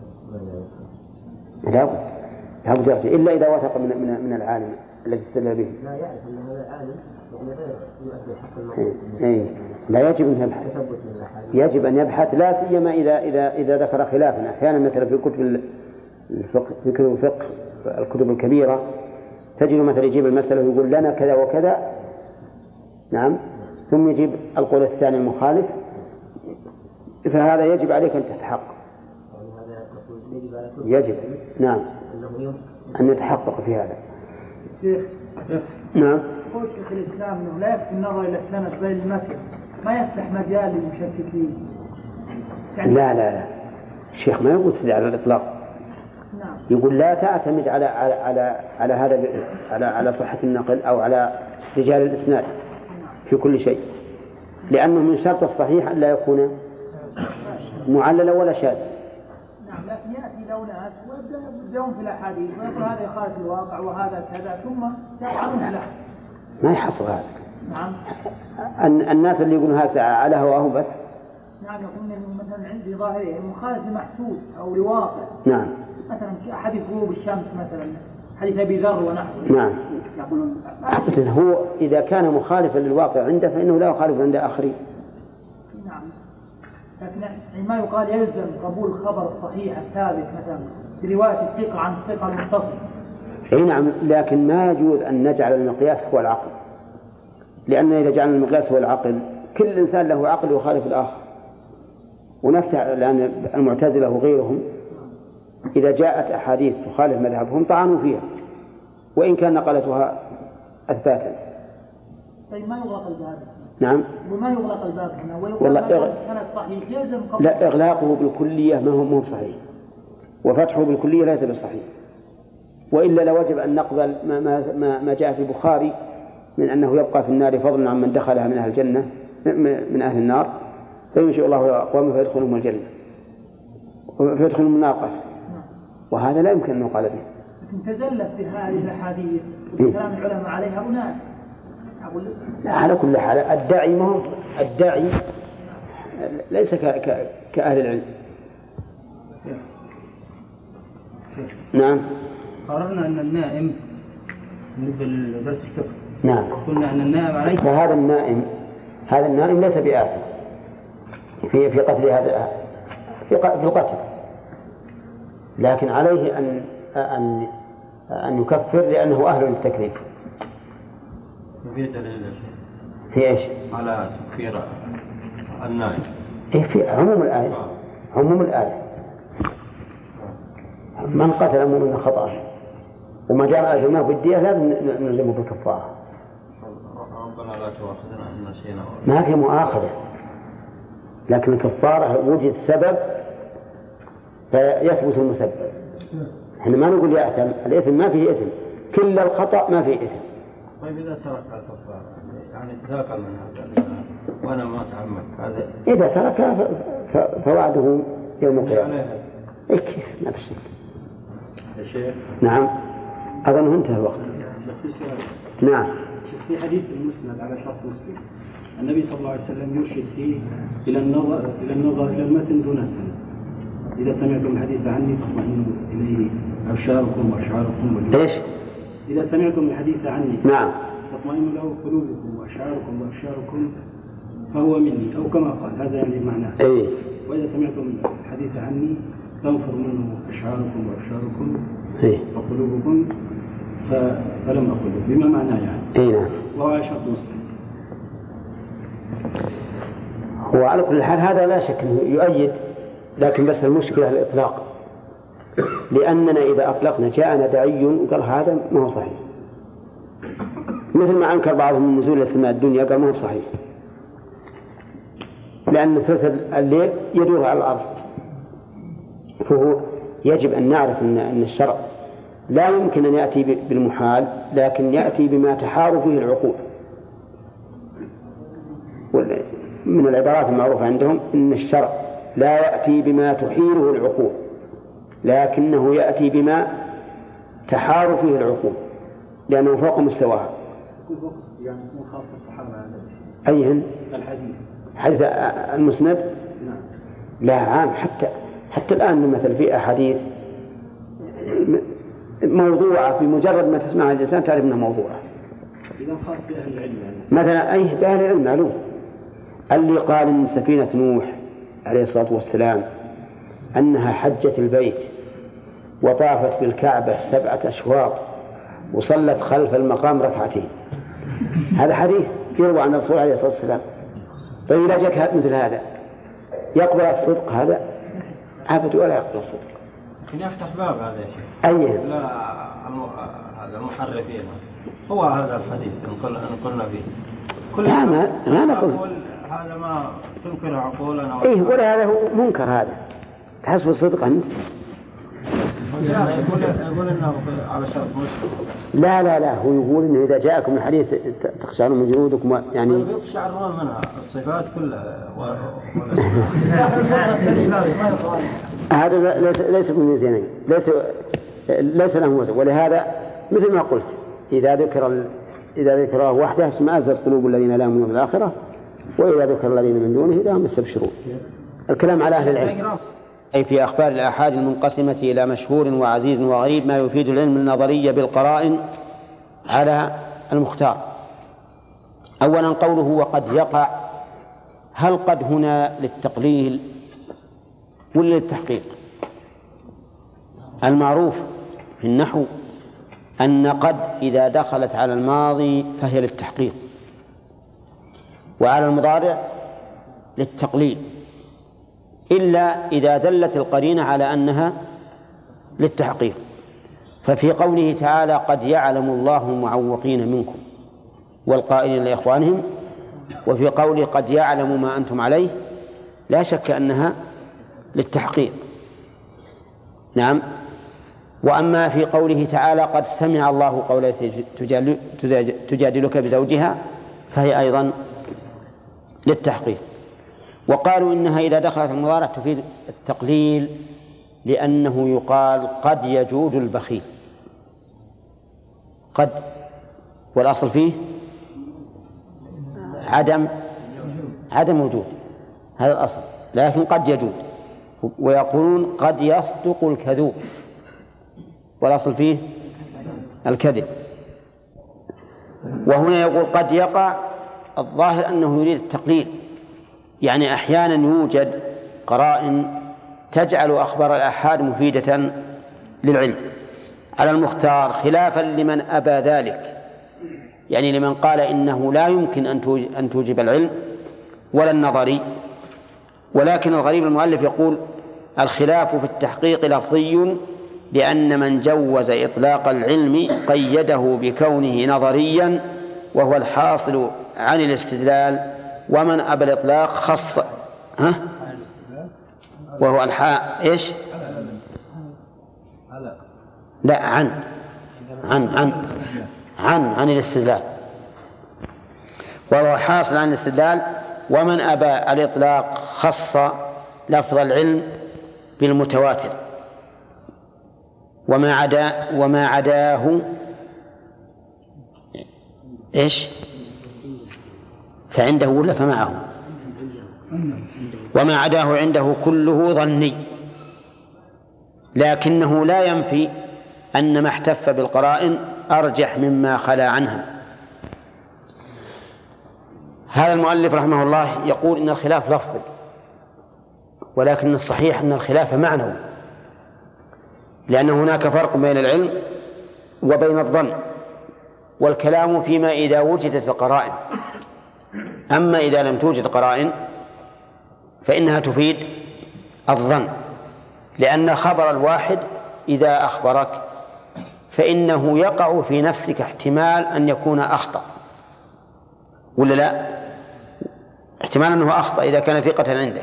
Speaker 1: لا بد إلا إذا وثق من العالم الذي استدل به.
Speaker 5: لا يعرف أن هذا العالم يعني غير يؤدي حق الموضوع.
Speaker 1: لا يجب أن يبحث، يجب أن يبحث، لا سيما إذا ذكر خلافا. أحيانا مثلا في كتب الفقه الكتب الكبيرة تجد مثلا يجيب المسألة ويقول لنا كذا وكذا، نعم، ثم يجيب القول الثاني المخالف، فهذا يجب عليك أن تتحقق. يجب نعم أن يتحقق في هذا. نعم.
Speaker 3: يقول شيخ الإسلام أنه لا يكفي النظر إلى السند بين المتن، ما يفتح مجال للمشككين.
Speaker 1: لا الشيخ ما يقول كذا على الإطلاق.
Speaker 3: نعم.
Speaker 1: يقول لا تعتمد على هذا على صحة النقل أو على رجال الإسناد في كل شيء، لأنه من شرط الصحيح أن لا يكون معللا ولا شاذ.
Speaker 3: نعم، لكن يأتي لو ناس ويبدأون في الأحاديث ويقول هذا يخالف الواقع وهذا كذا، ثم يفعلون له.
Speaker 1: ما يحصل هذا.
Speaker 3: نعم.
Speaker 1: الناس اللي يقولون هذا على هواه بس.
Speaker 3: نعم، يقولون مثلا عندي ظاهري مخالف محسوس أو لواقع.
Speaker 1: نعم.
Speaker 3: مثلا حديث غروب الشمس مثلا، حديث أبي ذر ونحوه.
Speaker 1: نعم. أبدا هو إذا كان مخالفا للواقع عنده فإنه لا يخالف عند آخرين.
Speaker 3: نعم. لكن ما يقال يلزم قبول الخبر الصحيح الثابت مثلا برواية الثقة عن الثقة المتصل.
Speaker 1: أي نعم، لكن ما يجوز أن نجعل المقياس هو العقل، لأن إذا جعلنا المقياس هو العقل كل إنسان له عقل يخالف الآخر، ونفتح لأن المعتزلة وغيرهم إذا جاءت أحاديث تخالف مذهبهم طعنوا فيها وإن كان نقلتها أثباتا.
Speaker 3: طيب ما يغلق الباب؟
Speaker 1: نعم.
Speaker 3: وما يغلق الباب هنا
Speaker 1: والله
Speaker 3: كانت صحيح يلزم قبل.
Speaker 1: لا، إغلاقه بالكلية ما هو صحيح، وفتحه بالكلية ليس بصحيح، وإلا لوجب أن نقبل ما جاء في البخاري من أنه يبقى في النار فضلا عن من دخلها من أهل الجنة من أهل النار، فينشئ الله أقوام فيدخلهم الجنة فيدخلهم النار قصد، وهذا لا يمكن أن يقال به.
Speaker 3: لكن تزلت في هذه الأحاديث وكلام العلماء عليها أناس.
Speaker 1: لا، على كل حال الداعي ليس كأهل العلم. نعم.
Speaker 4: قررنا أن النائم بالنسبة لدرس الفقه.
Speaker 1: نعم.
Speaker 4: قلنا أن النائم عليه.
Speaker 1: فهذا النائم ليس بآثم في قتل هذا في القتل، لكن عليه أن يكفر لأنه أهل للتكليف.
Speaker 6: في دليل
Speaker 1: في إيش؟
Speaker 6: على تكفير النائم.
Speaker 1: إيه في عموم الآية من قتل مؤمنا خطأ وما جاء أجرناه بالدية لازم نلزمه بالكفارة.
Speaker 6: ربنا لا تؤاخذنا إن نسينا.
Speaker 1: ما في مؤاخذة، لكن الكفارة وجد سبب فيثبت المسبب. احنا ما نقول يأثم، الإثم ما فيه إثم، كل الخطأ ما فيه إثم.
Speaker 6: طيب إذا ترك الكفارة يعني ذاك من هذا وأنا ما أتعمد هذا.
Speaker 1: إذا ترك فوعده يوم القيامة. كيف نفسك؟
Speaker 6: شيخ.
Speaker 1: نعم. أظنه انتهى الوقت. نعم.
Speaker 7: في حديث المسند على شرط مسلم النبي صلى الله عليه وسلم يرشد فيه إلى النظر إلى المتن دون السند. إذا سمعتم الحديث عني فاطمئنوا إليه أبشاركم وأشعاركم.
Speaker 1: إيش؟
Speaker 7: إذا سمعتم الحديث عني.
Speaker 1: نعم.
Speaker 7: فاطمئنوا له قلوبكم وأشعاركم وأبشاركم فهو مني، أو كما قال هذا يعني معناه.
Speaker 1: إيه.
Speaker 7: وإذا سمعتم الحديث عني تنفر منه أشعاركم وأبشاركم وقلوبكم فلم أقله بما معناه يعني.
Speaker 1: إيه نعم.
Speaker 7: وهو على شرط مسلم.
Speaker 1: هو على كل حال هذا لا شك أنه يؤيد، لكن بس المشكلة الإطلاق، لأننا إذا أطلقنا جاءنا داعي وقال هذا ما هو صحيح، مثل ما أنكر بعضهم من نزول السماء الدنيا قال ما هو صحيح، لأن ثلث الليل يدور على الأرض. فهو يجب أن نعرف أن الشرع لا يمكن أن يأتي بالمحال، لكن يأتي بما تحار فيه العقول. من العبارات المعروفة عندهم أن الشرع لا يأتي بما تحيره العقول، لكنه يأتي بما تحار فيه العقول لأنه فوق مستواها.
Speaker 7: يعني مو خاص الصحابة.
Speaker 1: أيهن؟
Speaker 7: الحديث.
Speaker 1: حديث المسند؟
Speaker 7: نعم.
Speaker 1: لا عام، حتى الآن مثل في أحاديث موضوعة بمجرد ما تسمعها الإنسان تعرف أنها موضوعة.
Speaker 7: إذا خاص بأهل العلم يعني.
Speaker 1: مثلا بأهل العلم معلوم. اللي قال إن سفينة نوح عليه الصلاة والسلام أنها حجت البيت وطافت بالكعبة 7 أشواط وصلت خلف المقام ركعتين، هذا حديث يروى عن الرسول عليه الصلاة والسلام. طيب إذا جاءك مثل هذا يقبل الصدق؟ هذا عبد ولا يقبل الصدق.
Speaker 6: لكن يفتح باب هذا يا شيخ.
Speaker 1: أيه؟
Speaker 6: لا هذا المحرفين هو هذا الحديث إن قلنا فيه
Speaker 1: لا ما نقول
Speaker 6: هذا ما تنكر عقولنا.
Speaker 1: إيه ولا هذا هو منكر، هذا تحسب الصدق أنت.
Speaker 6: يقول إنه على شرط مسلم.
Speaker 1: لا هو يقول إنه إذا جاءكم الحديث تخشعون من جلودكم يعني
Speaker 6: يقشعرون منها الصفات كلها
Speaker 1: هذا ليس بميزانين، ليس له وزن. ولهذا مثل ما قلت إذا ذكر وحده اشمأزت قلوب الذين لا يؤمنون بالآخرة وإذا ذكر الذين من دونه إذا هم يستبشرون. الكلام على أهل العلم. أي في أخبار الآحاد المنقسمة إلى مشهور وعزيز وغريب ما يفيد العلم النظري بالقرائن على المختار. أولا قوله وقد يقع، هل قد هنا للتقليل ولا للتحقيق؟ المعروف في النحو أن قد إذا دخلت على الماضي فهي للتحقيق، وعلى المضارع للتقليل، إلا إذا دلت القرينة على أنها للتحقيق. ففي قوله تعالى قد يعلم الله المعوقين منكم والقائلين لإخوانهم، وفي قوله قد يعلم ما أنتم عليه، لا شك أنها للتحقيق. نعم. وأما في قوله تعالى قد سمع الله قول التي تجادلك بزوجها فهي أيضا للتحقيق. وقالوا إنها إذا دخلت المضارع تفيد التقليل، لأنه يقال قد يجود البخيل، قد والأصل فيه عدم وجود، هذا الأصل، لكن قد يجود. ويقولون قد يصدق الكذوب، والأصل فيه الكذب. وهنا يقول قد يقع، الظاهر أنه يريد التقليل، يعني أحيانا يوجد قرائن تجعل أخبار الآحاد مفيدة للعلم على المختار، خلافا لمن أبى ذلك، يعني لمن قال إنه لا يمكن أن توجب العلم ولا النظري. ولكن الغريب المؤلف يقول الخلاف في التحقيق لفظي، لأن من جوز إطلاق العلم قيده بكونه نظريا وهو الحاصل عن الاستدلال، ومن أبى الإطلاق خص وهو إيش؟ لا عن الاستدلال، وهو الحاصل عن الاستدلال. ومن أبى الإطلاق خص لفظ العلم بالمتواتر، وما عداه إيش؟ فعنده ولا فمعه؟ وما عداه عنده كله ظني، لكنه لا ينفي أن ما احتف بالقرائن أرجح مما خلا عنها. هذا المؤلف رحمه الله يقول إن الخلاف لفظي، ولكن الصحيح أن الخلاف معنوي، لأن هناك فرق بين العلم وبين الظن، والكلام فيما إذا وجدت القرائن. أما إذا لم توجد قرائن فإنها تفيد الظن، لأن خبر الواحد إذا أخبرك فإنه يقع في نفسك احتمال أن يكون أخطأ، ولا لا؟ احتمال أنه أخطأ إذا كان ثقة عندك،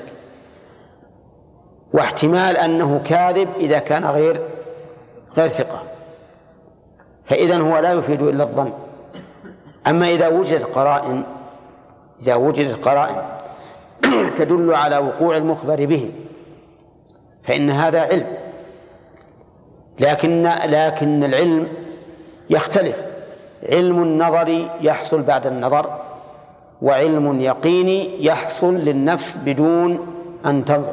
Speaker 1: واحتمال أنه كاذب إذا كان غير ثقة، فإذن هو لا يفيد إلا الظن. أما إذا وجدت قرائن تدل على وقوع المخبر به فإن هذا علم. لكن العلم يختلف، علم النظري يحصل بعد النظر، وعلم يقيني يحصل للنفس بدون أن تنظر.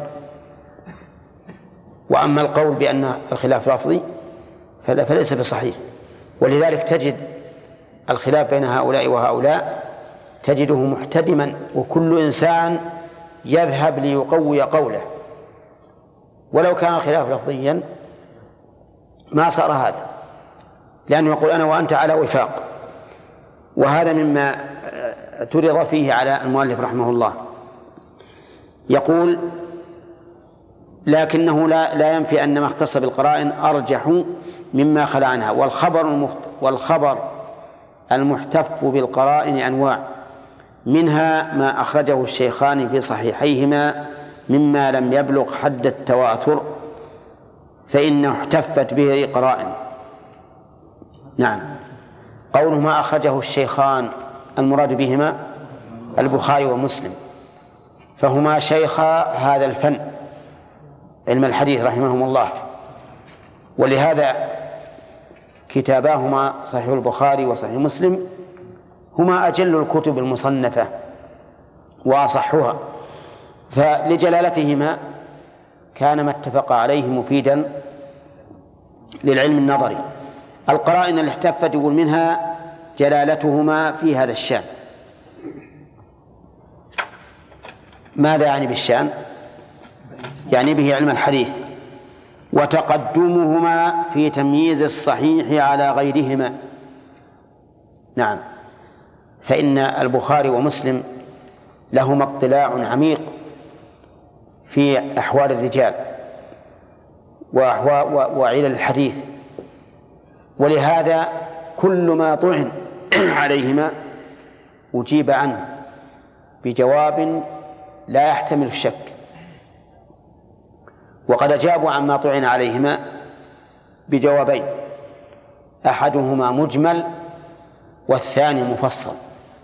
Speaker 1: وأما القول بأن الخلاف لفظي فليس بصحيح، ولذلك تجد الخلاف بين هؤلاء وهؤلاء تجده محتدما، وكل إنسان يذهب ليقوي قوله، ولو كان الخلاف لفظيا ما صار هذا، لأنه يقول أنا وأنت على وفاق. وهذا مما اعترض فيه على المؤلف رحمه الله. يقول لكنه لا ينفي أن ما اختص بالقرائن أرجح مما خلا عنها. والخبر المحتف بالقرائن أنواع، منها ما أخرجه الشيخان في صحيحيهما مما لم يبلغ حد التواتر فإنه احتفت به قرائن. نعم، قوله ما أخرجه الشيخان المراد بهما البخاري ومسلم، فهما شيخا هذا الفن علم الحديث رحمهم الله، ولهذا كتاباهما صحيح البخاري وصحيح مسلم هما أجل الكتب المصنفة وأصحها، فلجلالتهما كان ما اتفق عليه مفيدا للعلم النظري. القرائن اللي احتفت يقول منها جلالتهما في هذا الشأن. ماذا يعني بالشأن؟ يعني به علم الحديث. وتقدمهما في تمييز الصحيح على غيرهما. نعم، فإن البخاري ومسلم لهما اطلاع عميق في أحوال الرجال وعلل الحديث، ولهذا كل ما طعن عليهما أجيب عنه بجواب لا يحتمل الشك. وقد أجابوا عما طعن عليهما بجوابين، أحدهما مجمل والثاني مفصل.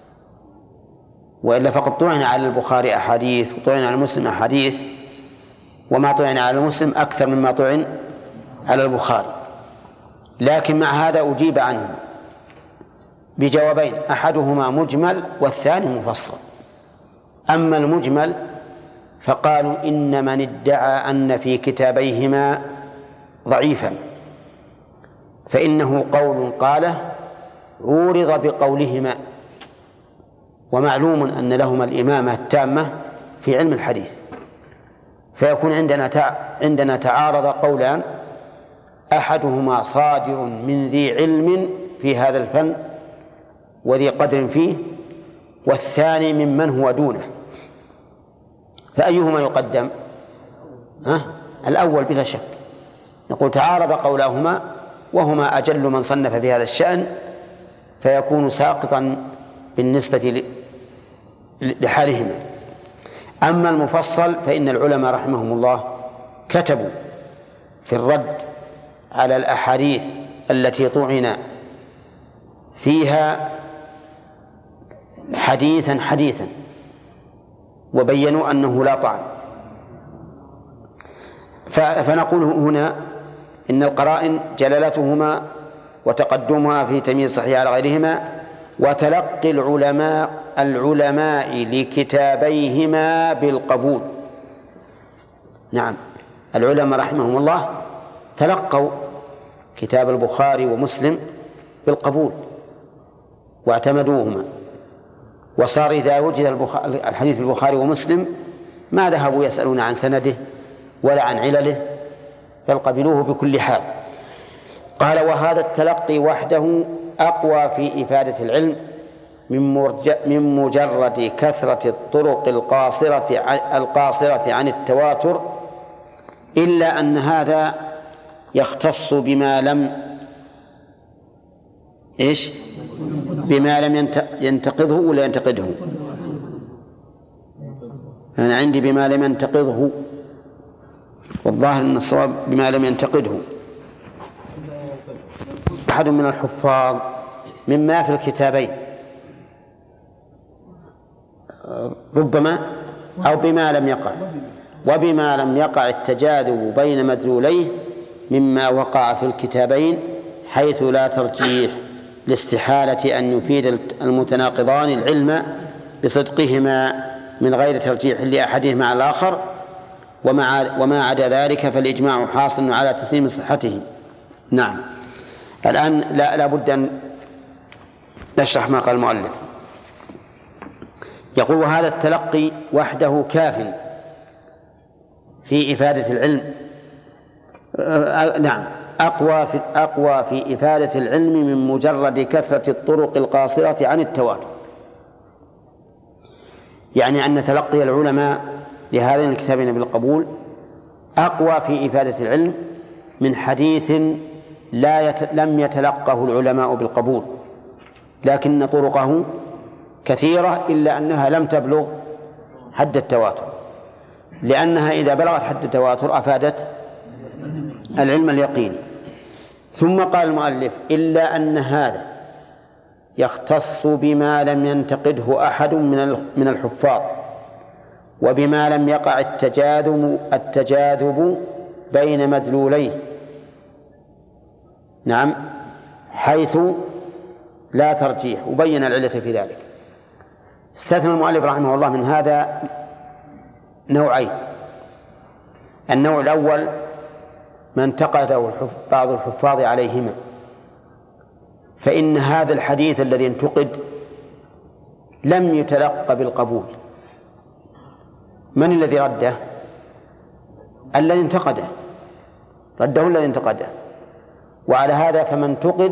Speaker 1: وإلا فقد طعن على البخاري أحاديث وطعن على مسلم أحاديث، وما طعن على المسلم أكثر مما طعن على البخاري، لكن مع هذا أجيب عنه بجوابين، أحدهما مجمل والثاني مفصل. أما المجمل فقالوا إن من ادعى أن في كتابيهما ضعيفا فإنه قول قاله عورض بقولهما، ومعلوم أن لهما الإمامة التامة في علم الحديث، فيكون عندنا تعارض قولان، أحدهما صادر من ذي علم في هذا الفن وذي قدر فيه، والثاني ممن هو دونه، فأيهما يقدم؟ الأول بلا شك. نقول تعارض قولاهما وهما أجل من صنف في هذا الشأن، فيكون ساقطا بالنسبة لحالهما. أما المفصل فإن العلماء رحمهم الله كتبوا في الرد على الأحاديث التي طعن فيها حديثا وبينوا أنه لا طعن. فنقول هنا إن القرائن جلالتهما وتقدمها في تمييز الصحيح على غيرهما، وتلقي العلماء لكتابيهما بالقبول. نعم، العلماء رحمهم الله تلقوا كتاب البخاري ومسلم بالقبول واعتمدوهما، وصار إذا وجد الحديث في البخاري ومسلم ما ذهبوا يسألون عن سنده ولا عن علله، بل قبلوه بكل حال. قال: وهذا التلقي وحده أقوى في إفادة العلم من مجرد كثرة الطرق القاصرة عن التواتر، إلا أن هذا يختص بما لم ينتقضه ولا ينتقده. أنا عندي بما لم ينتقضه، والظاهر أن الصواب بما لم ينتقده. أحد من الحفاظ مما في الكتابين ربما أو بما لم يقع، وبما لم يقع التجاذب بين مدلوليه مما وقع في الكتابين، حيث لا ترجيح لاستحالة أن يفيد المتناقضان العلم بصدقهما من غير ترجيح لأحدهما على الآخر، وما عدا ذلك فالإجماع حاصل على تسليم صحته. نعم، الآن لا بد أن نشرح ما قال المؤلف. يقول: وهذا التلقي وحده كاف في إفادة العلم، نعم، أقوى في إفادة العلم من مجرد كثرة الطرق القاصرة عن التواتر. يعني أن تلقي العلماء لهذين الكتابين بالقبول أقوى في إفادة العلم من حديث لم يتلقه العلماء بالقبول، لكن طرقه كثيرة إلا أنها لم تبلغ حد التواتر، لأنها إذا بلغت حد التواتر أفادت العلم اليقيني. ثم قال المؤلف: إلا أن هذا يختص بما لم ينتقده أحد من الحفاظ، وبما لم يقع التجاذب بين مدلوليه، نعم، حيث لا ترجيح، وبين العلة في ذلك. استثنى المؤلف رحمه الله من هذا نوعين: النوع الأول ما انتقده بعض الحفاظ عليهما، فإن هذا الحديث الذي انتقد لم يتلقى بالقبول. من الذي رده؟ الذي انتقده، رده الذي انتقده. وعلى هذا فمن انتقد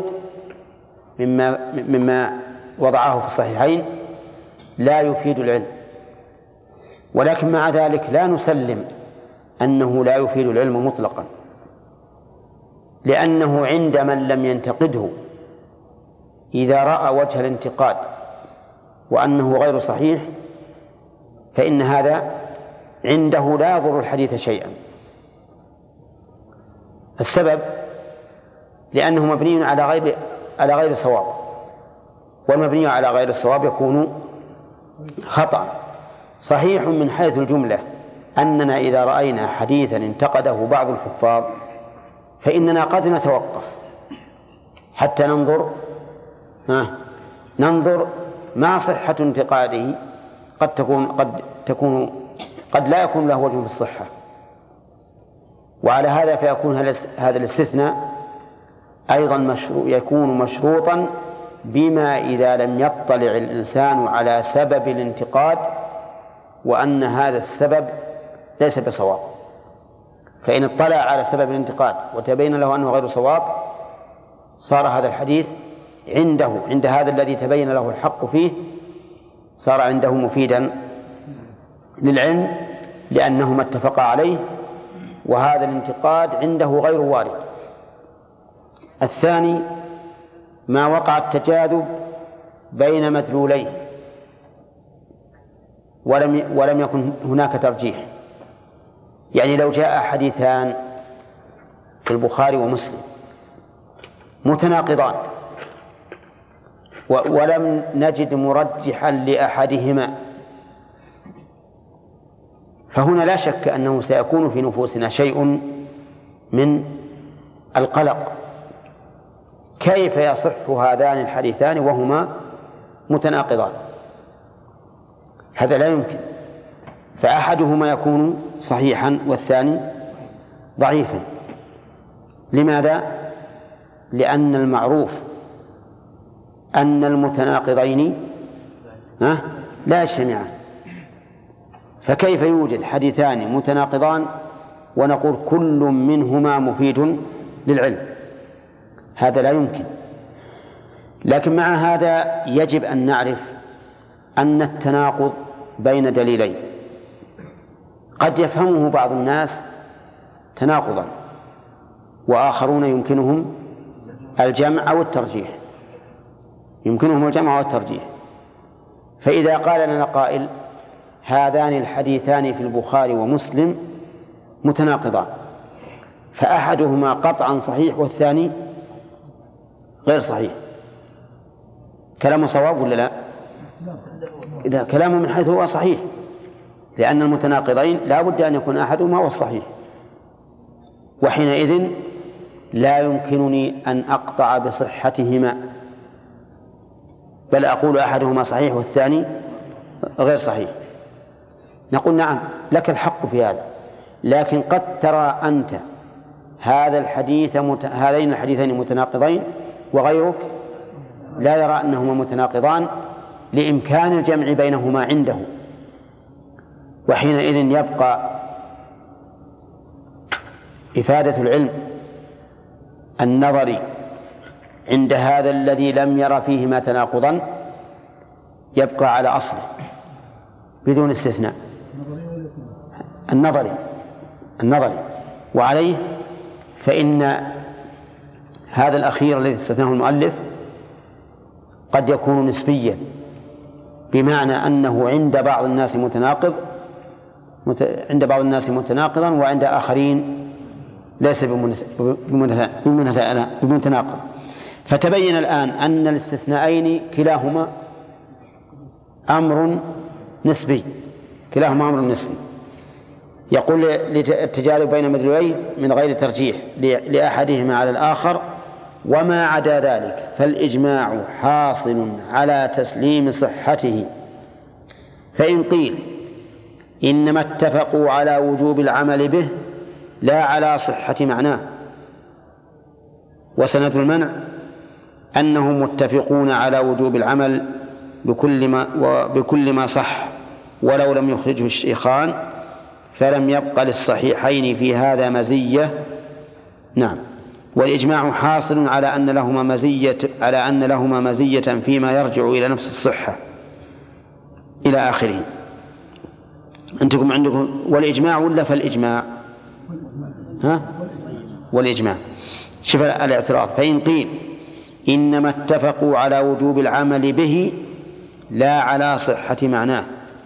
Speaker 1: مما وضعه في الصحيحين لا يفيد العلم، ولكن مع ذلك لا نسلم أنه لا يفيد العلم مطلقا، لأنه عند من لم ينتقده إذا رأى وجه الانتقاد وأنه غير صحيح فإن هذا عنده لا يضر الحديث شيئا. السبب لأنه مبني على غير صواب، والمبني على غير الصواب يكون خطأ. صحيح من حيث الجملة أننا إذا رأينا حديثا انتقده بعض الحفاظ فإننا قد نتوقف حتى ننظر ما صحة انتقاده. قد لا يكون له وجه في الصحة، وعلى هذا فيكون هذا الاستثناء أيضا يكون مشروطا بما إذا لم يطلع الإنسان على سبب الانتقاد وأن هذا السبب ليس بصواب. فإن اطلع على سبب الانتقاد وتبين له أنه غير صواب صار هذا الحديث عند هذا الذي تبين له الحق فيه صار عنده مفيدا للعلم لأنهما اتفقا عليه، وهذا الانتقاد عنده غير وارد. الثاني ما وقع التجاذب بين مدلولين ولم يكن هناك ترجيح. يعني لو جاء حديثان في البخاري ومسلم متناقضان ولم نجد مرجحا لأحدهما فهنا لا شك أنه سيكون في نفوسنا شيء من القلق. كيف يصح هذان الحديثان وهما متناقضان؟ هذا لا يمكن. فأحدهما يكون صحيحا والثاني ضعيفا. لماذا؟ لأن المعروف أن المتناقضين لا يجتمعان، فكيف يوجد حديثان متناقضان ونقول كل منهما مفيد للعلم؟ هذا لا يمكن. لكن مع هذا يجب أن نعرف أن التناقض بين دليلين قد يفهمه بعض الناس تناقضا وآخرون يمكنهم الجمع أو الترجيح. فإذا قال لنا قائل هذان الحديثان في البخاري ومسلم متناقضان فأحدهما قطعا صحيح والثاني غير صحيح، كلام صواب ولا لا؟ إذا كلامه من حيث هو صحيح، لأن المتناقضين لا بد أن يكون أحدهما هو الصحيح، وحينئذ لا يمكنني أن أقطع بصحتهما، بل أقول أحدهما صحيح والثاني غير صحيح. نقول نعم لك الحق في هذا، لكن قد ترى أنت هذين الحديثين متناقضين وغيرك لا يرى أنهما متناقضان لإمكان الجمع بينهما عنده، وحينئذ يبقى إفادة العلم النظري عند هذا الذي لم ير فيهما تناقضا يبقى على أصله بدون استثناء، النظري. وعليه فإن هذا الأخير الذي استثناه المؤلف قد يكون نسبيا، بمعنى أنه عند بعض الناس متناقضا وعند آخرين ليس بمتناقض. فتبين الآن أن الاستثناءين كلاهما أمر نسبي. يقول التجاذب بين مدلولين من غير ترجيح لأحدهما على الآخر، وما عدا ذلك فالإجماع حاصل على تسليم صحته. فإن قيل إنما اتفقوا على وجوب العمل به لا على صحة معناه. وسند المنع أنهم متفقون على وجوب العمل بكل ما صح ولو لم يخرجه الشيخان، فلم يبق للصحيحين في هذا مزية. نعم. والإجماع حاصل على أن لهما مزية فيما يرجع إلى نفس الصحة إلى آخره. أنتم عندكم والإجماع ولا فالإجماع؟ والإجماع. شوف الاعتراض: فإن قيل إنما اتفقوا على وجوب العمل به لا على صحة معناه،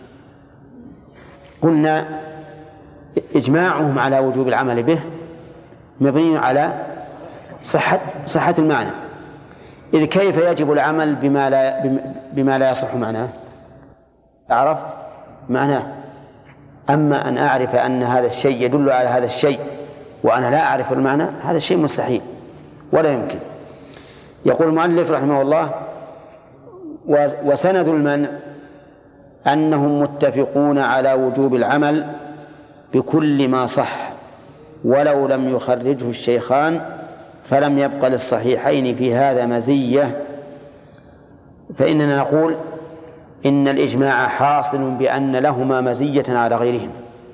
Speaker 1: قلنا إجماعهم على وجوب العمل به مبني على صحة المعنى، إذ كيف يجب العمل بما لا يصح معناه؟ عرفت معناه. أما أن أعرف أن هذا الشيء يدل على هذا الشيء وأنا لا أعرف المعنى، هذا الشيء مستحيل ولا يمكن. يقول المؤلف رحمه الله: وسند المنع أنهم متفقون على وجوب العمل بكل ما صح ولو لم يخرجه الشيخان، فلم يبق للصحيحين في هذا مزية. فإننا نقول إن الإجماع حاصل بأن لهما مزية على غيرهم،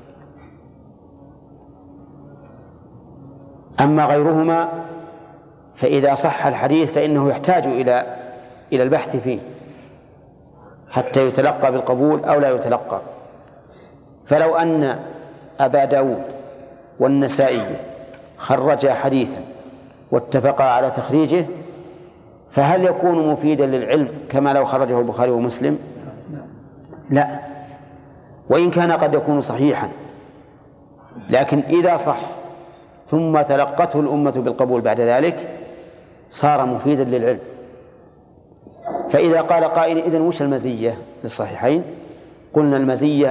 Speaker 1: أما غيرهما فإذا صح الحديث فإنه يحتاج إلى البحث فيه حتى يتلقى بالقبول أو لا يتلقى. فلو أن أبا داود والنسائي خرجا حديثا واتفقا على تخريجه، فهل يكون مفيدا للعلم كما لو خرجه البخاري ومسلم؟ لا، وإن كان قد يكون صحيحا، لكن إذا صح ثم تلقته الأمة بالقبول بعد ذلك صار مفيدا للعلم. فإذا قال قائل: إذن وش المزية للصحيحين؟ قلنا المزية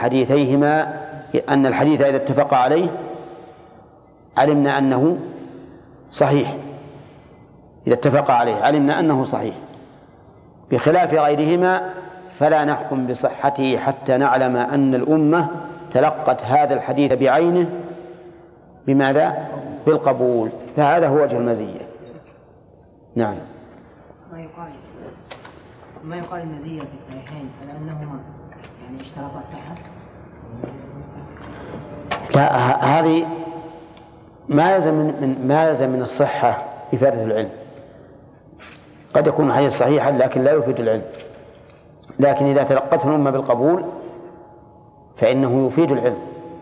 Speaker 1: أن الحديث إذا اتفق عليه علمنا أنه صحيح، إذا اتفق عليه علمنا أنه صحيح، بخلاف غيرهما فلا نحكم بصحته حتى نعلم أن الأمة تلقت هذا الحديث بعينه بماذا؟ بالقبول. فهذا هو وجه المزية. نعم.
Speaker 8: ما يقال المزية في الصحيحين على أنهما يعني اشترطا صحة؟
Speaker 1: لا، هذه ما يلزم من الصحة إفادة العلم. قد يكون حديث صحيحا لكن لا يفيد العلم، لكن إذا تلقته الأمة بالقبول فإنه يفيد العلم.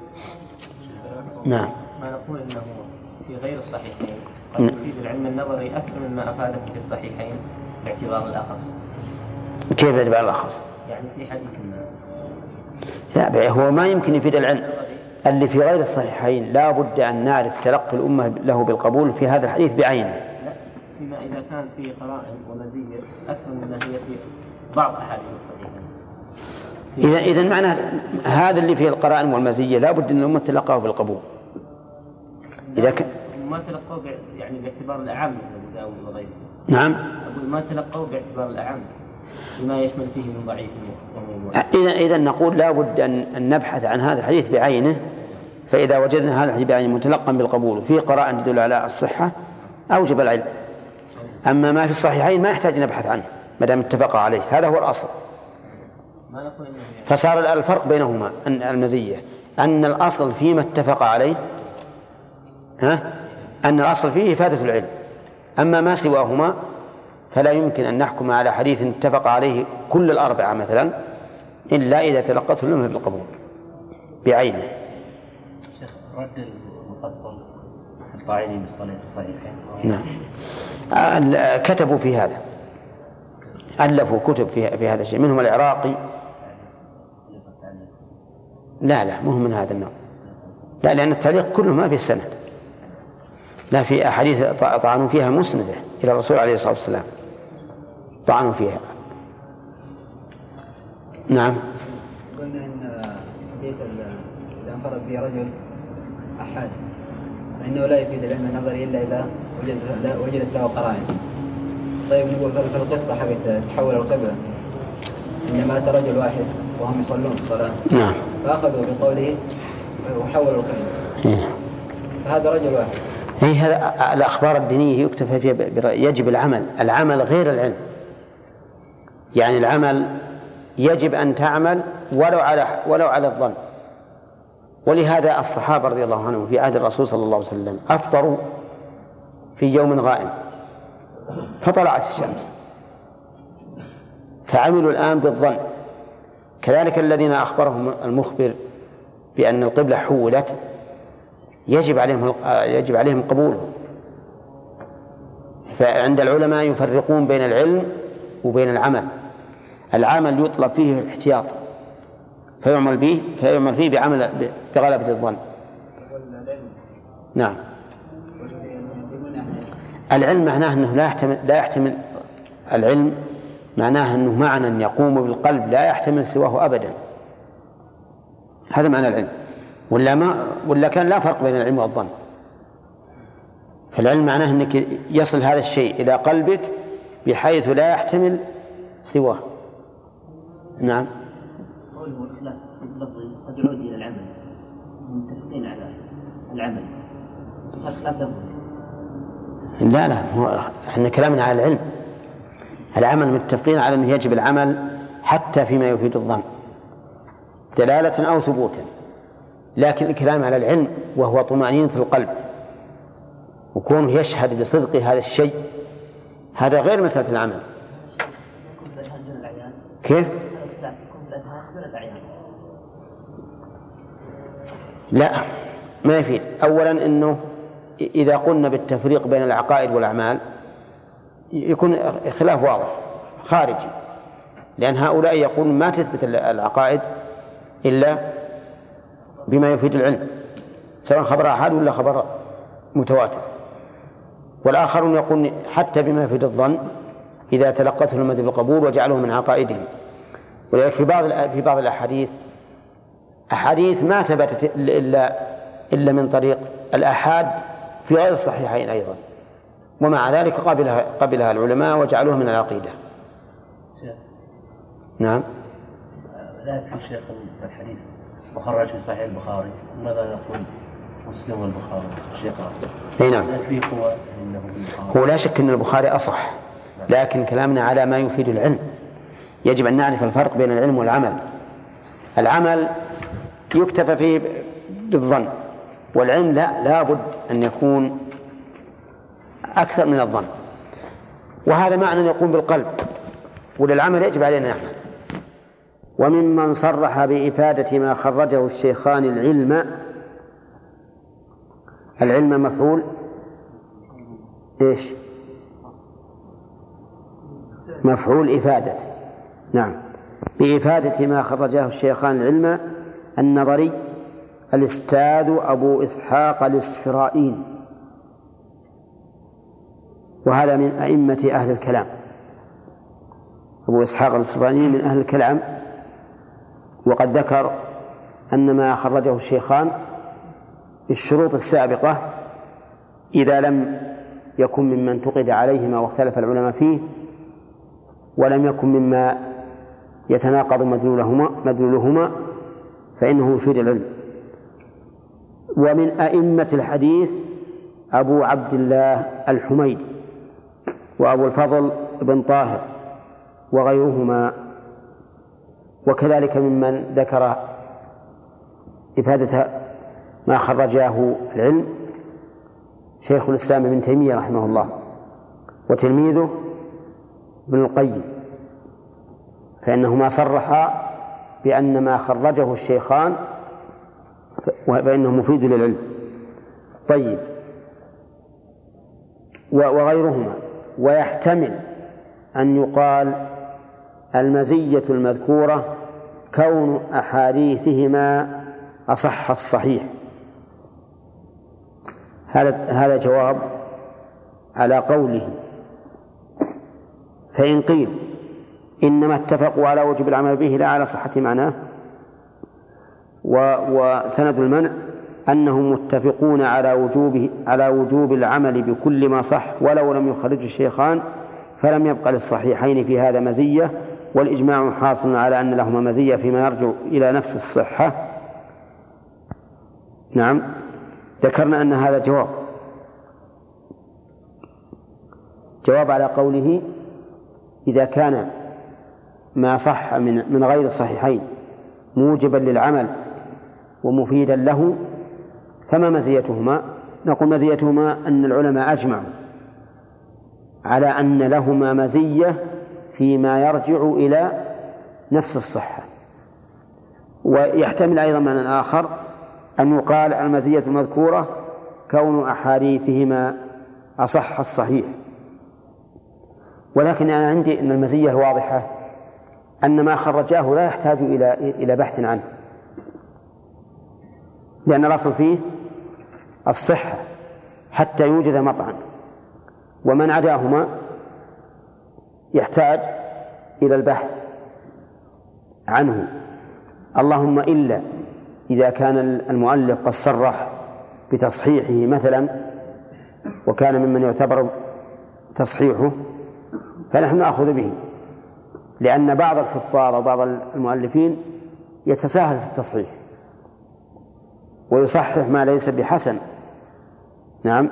Speaker 1: نعم.
Speaker 5: ما نقول إنه في غير الصحيحين قد يفيد العلم النظري أكثر مما أفاده في الصحيحين باعتبار الأخص.
Speaker 1: كيف باعتبار الأخص؟
Speaker 5: يعني في حديث
Speaker 1: لا، هو ما يمكن يفيد العلم اللي في غير الصحيحين. لا بد أن نعرف تلقي الأمة له بالقبول في هذا الحديث بعينه.
Speaker 5: لا، فيما إذا كان فيه قرائن ومزية أكثر مما هي في بعض أحاديث الصحيحين.
Speaker 1: إذن معنى هذا اللي فيه القرائن والمزية لا بد أن الأمة تلقاه بالقبول. إذا كان
Speaker 5: ما تلقوا يعني باعتبار الأعم من داود وغيره.
Speaker 1: نعم.
Speaker 5: أقول ما تلقوا باعتبار الأعم بما يشمل فيه من ضعيف.
Speaker 1: إذا نقول لا بد أن نبحث عن هذا الحديث بعينه، فإذا وجدنا هذا الحديث بعينه متلقا بالقبول وفيه قرائن تدل على الصحة أوجب العلم. أما ما في الصحيحين ما يحتاج نبحث عنه ما دام اتفق عليه، هذا هو الأصل. فصار الآن الفرق بينهما المزية أن الأصل فيما اتفق عليه أن الأصل فيه إفادة العلم، أما ما سواهما فلا يمكن أن نحكم على حديث اتفق عليه كل الأربعة مثلا إلا إذا تلقته الأمة بالقبول بعينه.
Speaker 6: شيخ، رد المفصل الطاعني بالصلاة الصحيحين.
Speaker 1: نعم. كتبوا في هذا، ألفوا كتب في هذا الشيء، منهم العراقي. لا مهم من هذا النوع، لا، لأن التعليق كله ما في السند، لا، في أحاديث طعنوا فيها مسندة إلى الرسول عليه الصلاة والسلام، طعنوا فيها. نعم.
Speaker 9: قلنا إن حديث إذا انفرد به رجل أحد فإنه لا يفيد العلم النظري إلا إذا وجدت له قرائن. طيب نقول في القصة حقت تحول القبلة إن مات رجل واحد وهم يصلون الصلاة،
Speaker 1: نعم،
Speaker 9: فأخذوا بقوله وحولوا القبلة. هذا رجل واحد.
Speaker 1: هي هذا الأخبار الدينية يكتفى فيها يجب العمل غير العلم. يعني العمل يجب أن تعمل ولو على الظن. ولهذا الصحابة رضي الله عنهم في عهد الرسول صلى الله عليه وسلم أفطروا في يوم غائم فطلعت الشمس فعملوا الآن بالظن. كذلك الذين أخبرهم المخبر بأن القبلة حولت يجب عليهم قبوله. فعند العلماء يفرقون بين العلم وبين العمل. العمل يطلب فيه الاحتياط فيعمل فيه بغلبة الظن. نعم. العلم معناه أنه لا يحتمل العلم معناه أنه معنى يقوم بالقلب لا يحتمل سواه أبدا. هذا معنى العلم. ولا كان لا فرق بين العلم والظن. فالعلم معناه أنك يصل هذا الشيء إلى قلبك بحيث لا يحتمل سواه. نعم.
Speaker 5: قوله الخلاف اللفظي قد يعود إلى العمل، متفقين على العمل، صار خلاف لفظي.
Speaker 1: لا احنا كلامنا على العلم. العمل متفقين على أنه يجب العمل حتى فيما يفيد الظن دلالة أو ثبوتا. لكن الكلام على العلم وهو طمأنينة القلب وكونه يشهد بصدق هذا الشيء هذا غير مسألة العمل. كيف؟ لا ما يفيد. أولا أنه إذا قلنا بالتفريق بين العقائد والأعمال يكون خلاف واضح خارجي، لأن هؤلاء يقولون ما تثبت العقائد إلا بما يفيد العلم سواء خبر أحد ولا خبر متواتر. والآخرون يقولون حتى بما يفيد الظن إذا تلقته الأمة بالقبول وجعله من عقائدهم. ولذلك في بعض الأحاديث أحاديث ما ثبتت إلا من طريق الآحاد في غير الصحيحين أيضا، ومع ذلك قبلها العلماء وجعلوها من العقيدة. نعم.
Speaker 10: لا يكفي شيخ الحديث مخرج في صحيح البخاري، ماذا نقول مسلم والبخاري شيخ؟
Speaker 1: أي نعم. هو لا شك أن البخاري أصح، لكن كلامنا على ما يفيد العلم. يجب أن نعرف الفرق بين العلم والعمل. العمل يكتفى فيه بالظن، والعلم لا بد أن يكون أكثر من الظن، وهذا معنى يقوم بالقلب. وللعمل يجب علينا نعمل. وممن صرح بإفادة ما خرجه الشيخان العلم مفعول إيش؟ مفعول إفادة. نعم. بإفادة ما خرجه الشيخان العلم النظري الأستاذ أبو إسحاق الإسفرائيني، وهذا من أئمة أهل الكلام. أبو إسحاق الإسفرائيني من أهل الكلام، وقد ذكر أن ما خرجه الشيخان الشروط السابقة إذا لم يكن مما انتقد عليهما واختلف العلماء فيه، ولم يكن مما يتناقض مدلولهما فإنه يفيد العلم. ومن أئمة الحديث أبو عبد الله الحميدي وأبو الفضل بن طاهر وغيرهما. وكذلك ممن ذكر إفادة ما خرجاه العلم شيخ الإسلام ابن تيمية رحمه الله وتلميذه ابن القيم، فإنهما صرحا بأن ما خرجه الشيخان فإنه مفيد للعلم. طيب، وغيرهما. ويحتمل أن يقال المزية المذكورة كون أحاديثهما أصح الصحيح. هذا جواب على قوله. فإن قيل إنما اتفقوا على وجوب العمل به لا على صحة معناه، وسند المنع أنهم متفقون على وجوب العمل بكل ما صح ولو لم يخرج الشيخان، فلم يبقى للصحيحين في هذا مزية، والإجماع حاصل على أن لهما مزية فيما يرجع إلى نفس الصحة. نعم. ذكرنا أن هذا جواب على قوله إذا كان ما صح من غير الصحيحين موجبا للعمل ومفيدا له فما مزيتهما؟ نقول مزيتهما أن العلماء أجمعوا على أن لهما مزية فيما يرجع إلى نفس الصحة. ويحتمل أيضا معنى آخر أن يقال المزية المذكورة كون أحاديثهما أصح الصحيح. ولكن أنا عندي أن المزية الواضحة أن ما خرجاه لا يحتاج إلى بحث عنه، لأن الأصل فيه الصحة حتى يوجد مطعم، ومن عداهما يحتاج إلى البحث عنه، اللهم إلا إذا كان المؤلف قد صرح بتصحيحه مثلا وكان ممن يعتبر تصحيحه فنحن نأخذ به، لأن بعض الحفاظ وبعض المؤلفين يتساهل في التصحيح ويصحح ما ليس بحسن. نعم،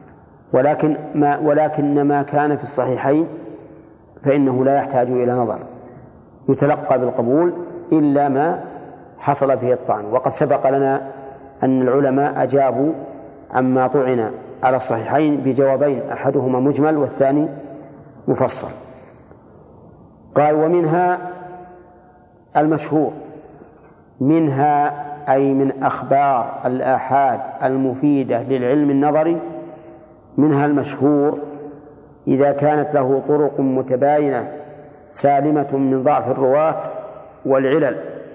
Speaker 1: ولكن ما كان في الصحيحين فإنه لا يحتاج إلى نظر، يتلقى بالقبول إلا ما حصل فيه الطعن. وقد سبق لنا أن العلماء أجابوا عما طعن على الصحيحين بجوابين، أحدهما مجمل والثاني مفصل. قال ومنها المشهور، منها أي من أخبار الآحاد المفيدة للعلم النظري، منها المشهور إذا كانت له طرق متباينة سالمة من ضعف الرواة والعلل.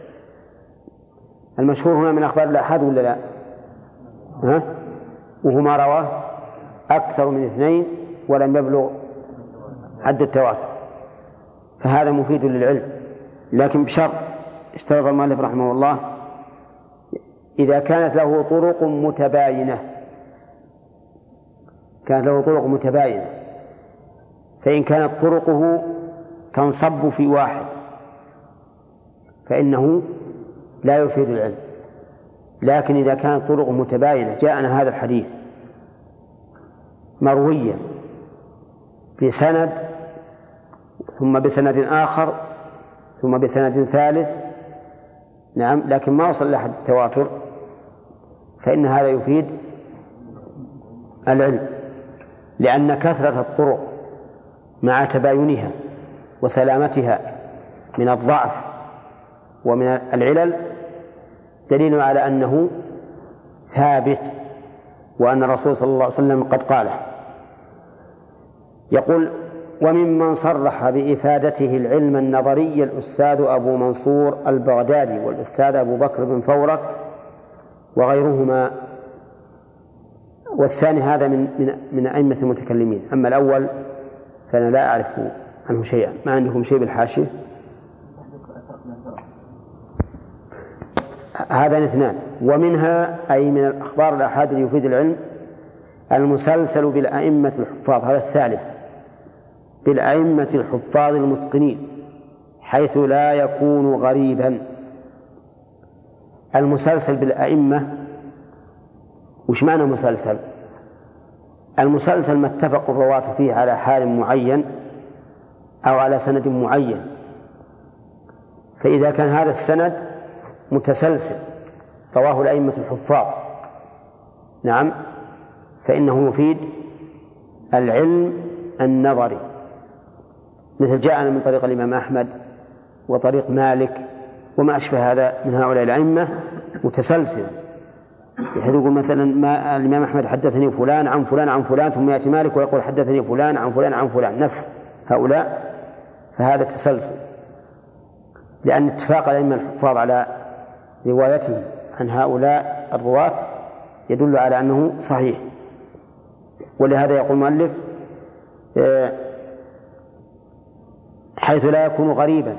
Speaker 1: المشهور هنا من أخبار الآحاد ولا لا؟ وهو ما رواه أكثر من 2 ولم يبلغ حد التواتر، فهذا مفيد للعلم، لكن بشرط اشترط المؤلف رحمه الله إذا كانت له طرق متباينة، كانت له طرق متباينة، فإن كانت طرقه تنصب في واحد فإنه لا يفيد العلم. لكن إذا كانت طرق متباينة، جاءنا هذا الحديث مرويا بسند ثم بسند آخر ثم بسند ثالث، نعم، لكن ما وصل لحد التواتر، فإن هذا يفيد العلم، لأن كثرة الطرق مع تباينها وسلامتها من الضعف ومن العلل دليل على أنه ثابت، وأن الرسول صلى الله عليه وسلم قد قاله. يقول وممن صرح بإفادته العلم النظري الأستاذ أبو منصور البغدادي والأستاذ أبو بكر بن فورك وغيرهما، والثاني هذا من أئمة المتكلمين. أما الأول فأنا لا أعرف عنه شيئا. ما عندكم شيء بالحاشية؟ هذا 2. ومنها أي من الأخبار الآحاد اللي يفيد العلم المسلسل بالأئمة الحفاظ، هذا الثالث، بالأئمة الحفاظ المتقنين حيث لا يكون غريبا. المسلسل بالأئمة وش معنى مسلسل؟ المسلسل ما اتفق الرواة فيه على حال معين أو على سند معين، فإذا كان هذا السند متسلسل رواه الأئمة الحفاظ، نعم، فإنه يفيد العلم النظري، مثل جاءنا من طريق الإمام أحمد وطريق مالك وما أشبه هذا من هؤلاء الأئمة متسلسل، بحيث يقول مثلا ما الإمام أحمد حدثني فلان عن فلان عن فلان، ثم يأتي مالك ويقول حدثني فلان عن فلان عن فلان، نفس هؤلاء، فهذا تسلسل، لأن اتفاق الأئمة الحفاظ على روايته عن هؤلاء الرواة يدل على أنه صحيح. ولهذا يقول المؤلف حيث لا يكون غريبا،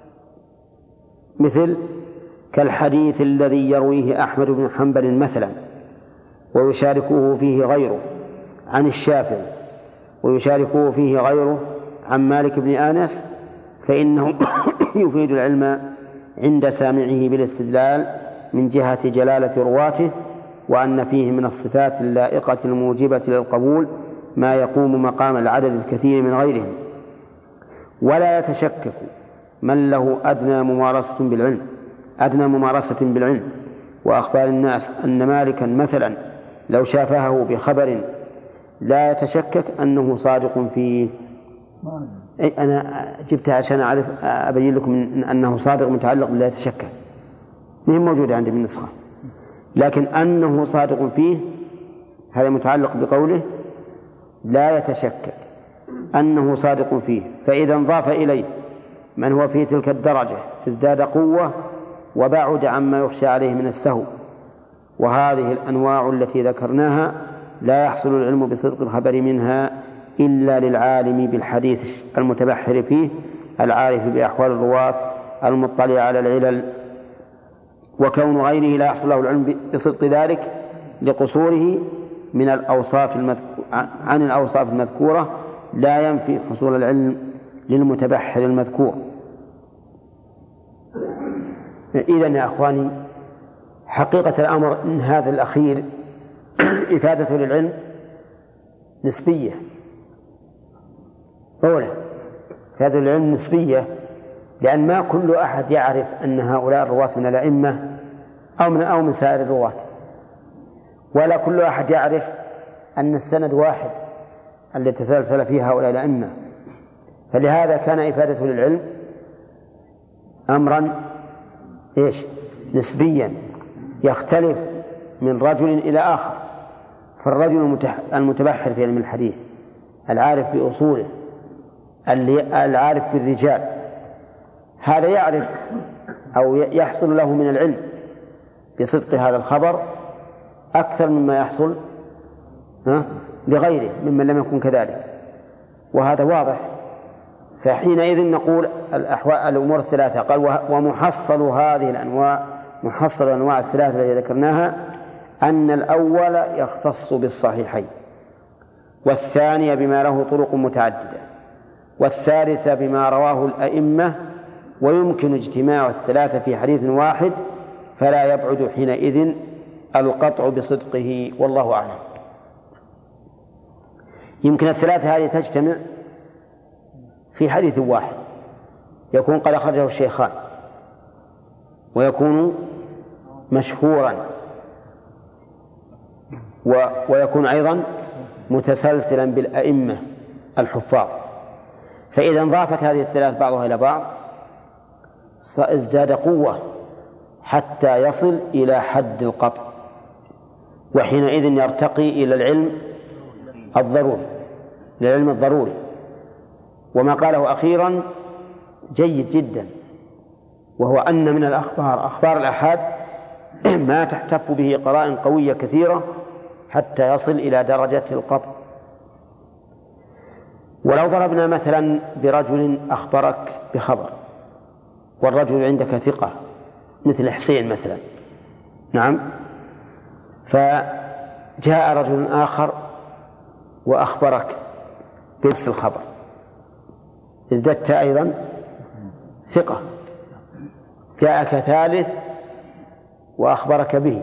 Speaker 1: مثل كالحديث الذي يرويه أحمد بن حنبل مثلا ويشاركه فيه غيره عن الشافعي ويشاركه فيه غيره عن مالك بن آنس، فإنه يفيد العلم عند سامعه بالاستدلال من جهة جلالة رواته وأن فيه من الصفات اللائقة الموجبة للقبول ما يقوم مقام العدد الكثير من غيرهم. ولا يتشكك من له أدنى ممارسة بالعلم وأخبار الناس أن مالكا مثلا لو شافهه بخبر لا يتشكك أنه صادق فيه. أنا جبتها عشان أبين لكم أنه صادق متعلق بالله يتشكك، مهم موجودة عندي بالنسخة، لكن أنه صادق فيه هذا متعلق بقوله لا يتشكك أنه صادق فيه. فإذا انضاف إليه من هو في تلك الدرجة ازداد قوة وبعد عما يخشى عليه من السهو. وهذه الأنواع التي ذكرناها لا يحصل العلم بصدق الخبر منها إلا للعالم بالحديث المتبحر فيه العارف بأحوال الرواة المطلع على العلل. وكون غيره لا يحصل له العلم بصدق ذلك لقصوره من عن الأوصاف المذكورة لا ينفي حصول العلم للمتبحر المذكور. إذن يا أخواني حقيقة الأمر أن هذا الأخير إفادة للعلم نسبية. أولا إفادة للعلم نسبية لأن ما كل أحد يعرف أن هؤلاء الرواة من الأئمة أو من سائر الرواة، ولا كل أحد يعرف أن السند واحد الذي تسلسل فيه هؤلاء الأئمة. فلهذا كان إفادة للعلم أمرا نسبيا يختلف من رجل إلى آخر. فالرجل المتبحر في علم الحديث العارف بأصوله العارف بالرجال هذا يعرف أو يحصل له من العلم بصدق هذا الخبر أكثر مما يحصل لغيره ممن لم يكن كذلك، وهذا واضح. فحينئذ نقول الأمور الثلاثة قال ومحصل هذه الأنواع محصل الأنواع الثلاثة التي ذكرناها أن الأول يختص بالصحيحين، والثاني بما له طرق متعددة، والثالث بما رواه الأئمة، ويمكن اجتماع الثلاثة في حديث واحد فلا يبعد حينئذ القطع بصدقه، والله أعلم. يمكن الثلاثة هذه تجتمع في حديث واحد يكون قد أخرجه الشيخان ويكون مشهورا ويكون أيضا متسلسلا بالأئمة الحفاظ. فإذا انضافت هذه الثلاث بعضها إلى بعض ازداد قوة حتى يصل إلى حد القطع، وحينئذ يرتقي إلى العلم الضروري. وما قاله أخيرا جيد جدا، وهو أن من أخبار الآحاد ما تحتف به قرائن قوية كثيرة حتى يصل إلى درجة القطع. ولو ضربنا مثلا برجل أخبرك بخبر والرجل عندك ثقة مثل حسين مثلا، نعم، فجاء رجل آخر وأخبرك بنفس الخبر ازددت أيضا ثقة. جاءك ثالث وأخبرك به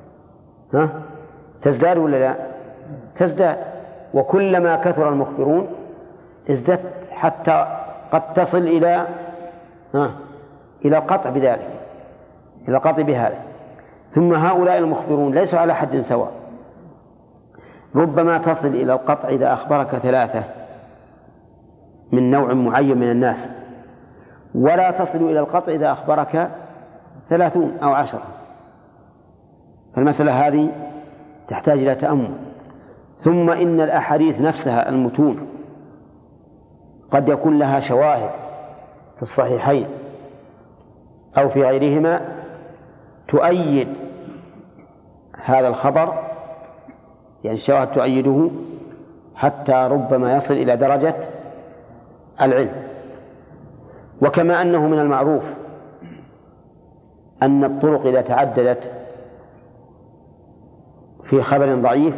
Speaker 1: تزداد ولا لا؟ تزداد. وكلما كثر المخبرون ازددت حتى قد تصل إلى القطع بذلك، إلى القطع بهذا. ثم هؤلاء المخبرون ليسوا على حد سواء، ربما تصل إلى القطع إذا أخبرك ثلاثة من نوع معين من الناس، ولا تصل إلى القطع إذا أخبرك 30 أو 10. فالمسألة هذه تحتاج إلى تأمل. ثم إن الأحاديث نفسها المتون قد يكون لها شواهد في الصحيحين أو في غيرهما تؤيد هذا الخبر، يعني الشواهد تؤيده حتى ربما يصل إلى درجة العلم. وكما أنه من المعروف أن الطرق إذا تعددت في خبر ضعيف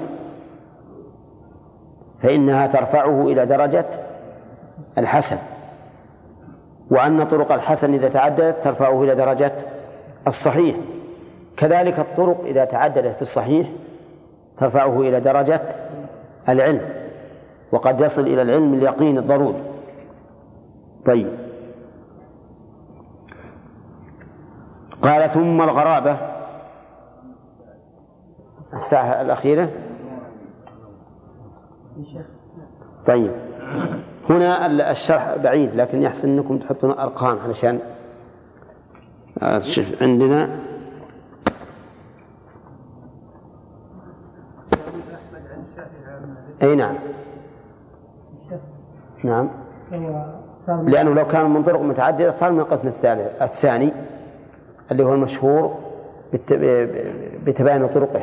Speaker 1: فإنها ترفعه إلى درجة الحسن، وأن طرق الحسن إذا تعددت ترفعه إلى درجة الصحيح. كذلك الطرق إذا تعددت في الصحيح ترفعه إلى درجة العلم، وقد يصل إلى العلم اليقين الضروري. طيب، قال ثم الغرابة الساعة الأخيرة. طيب، هنا الشرح بعيد، لكن يحسن أنكم تحطون أرقام علشان عندنا. أي نعم، نعم، لأنه لو كان من طرق متعددة صار من القسم الثاني اللي هو المشهور بتباين طرقه.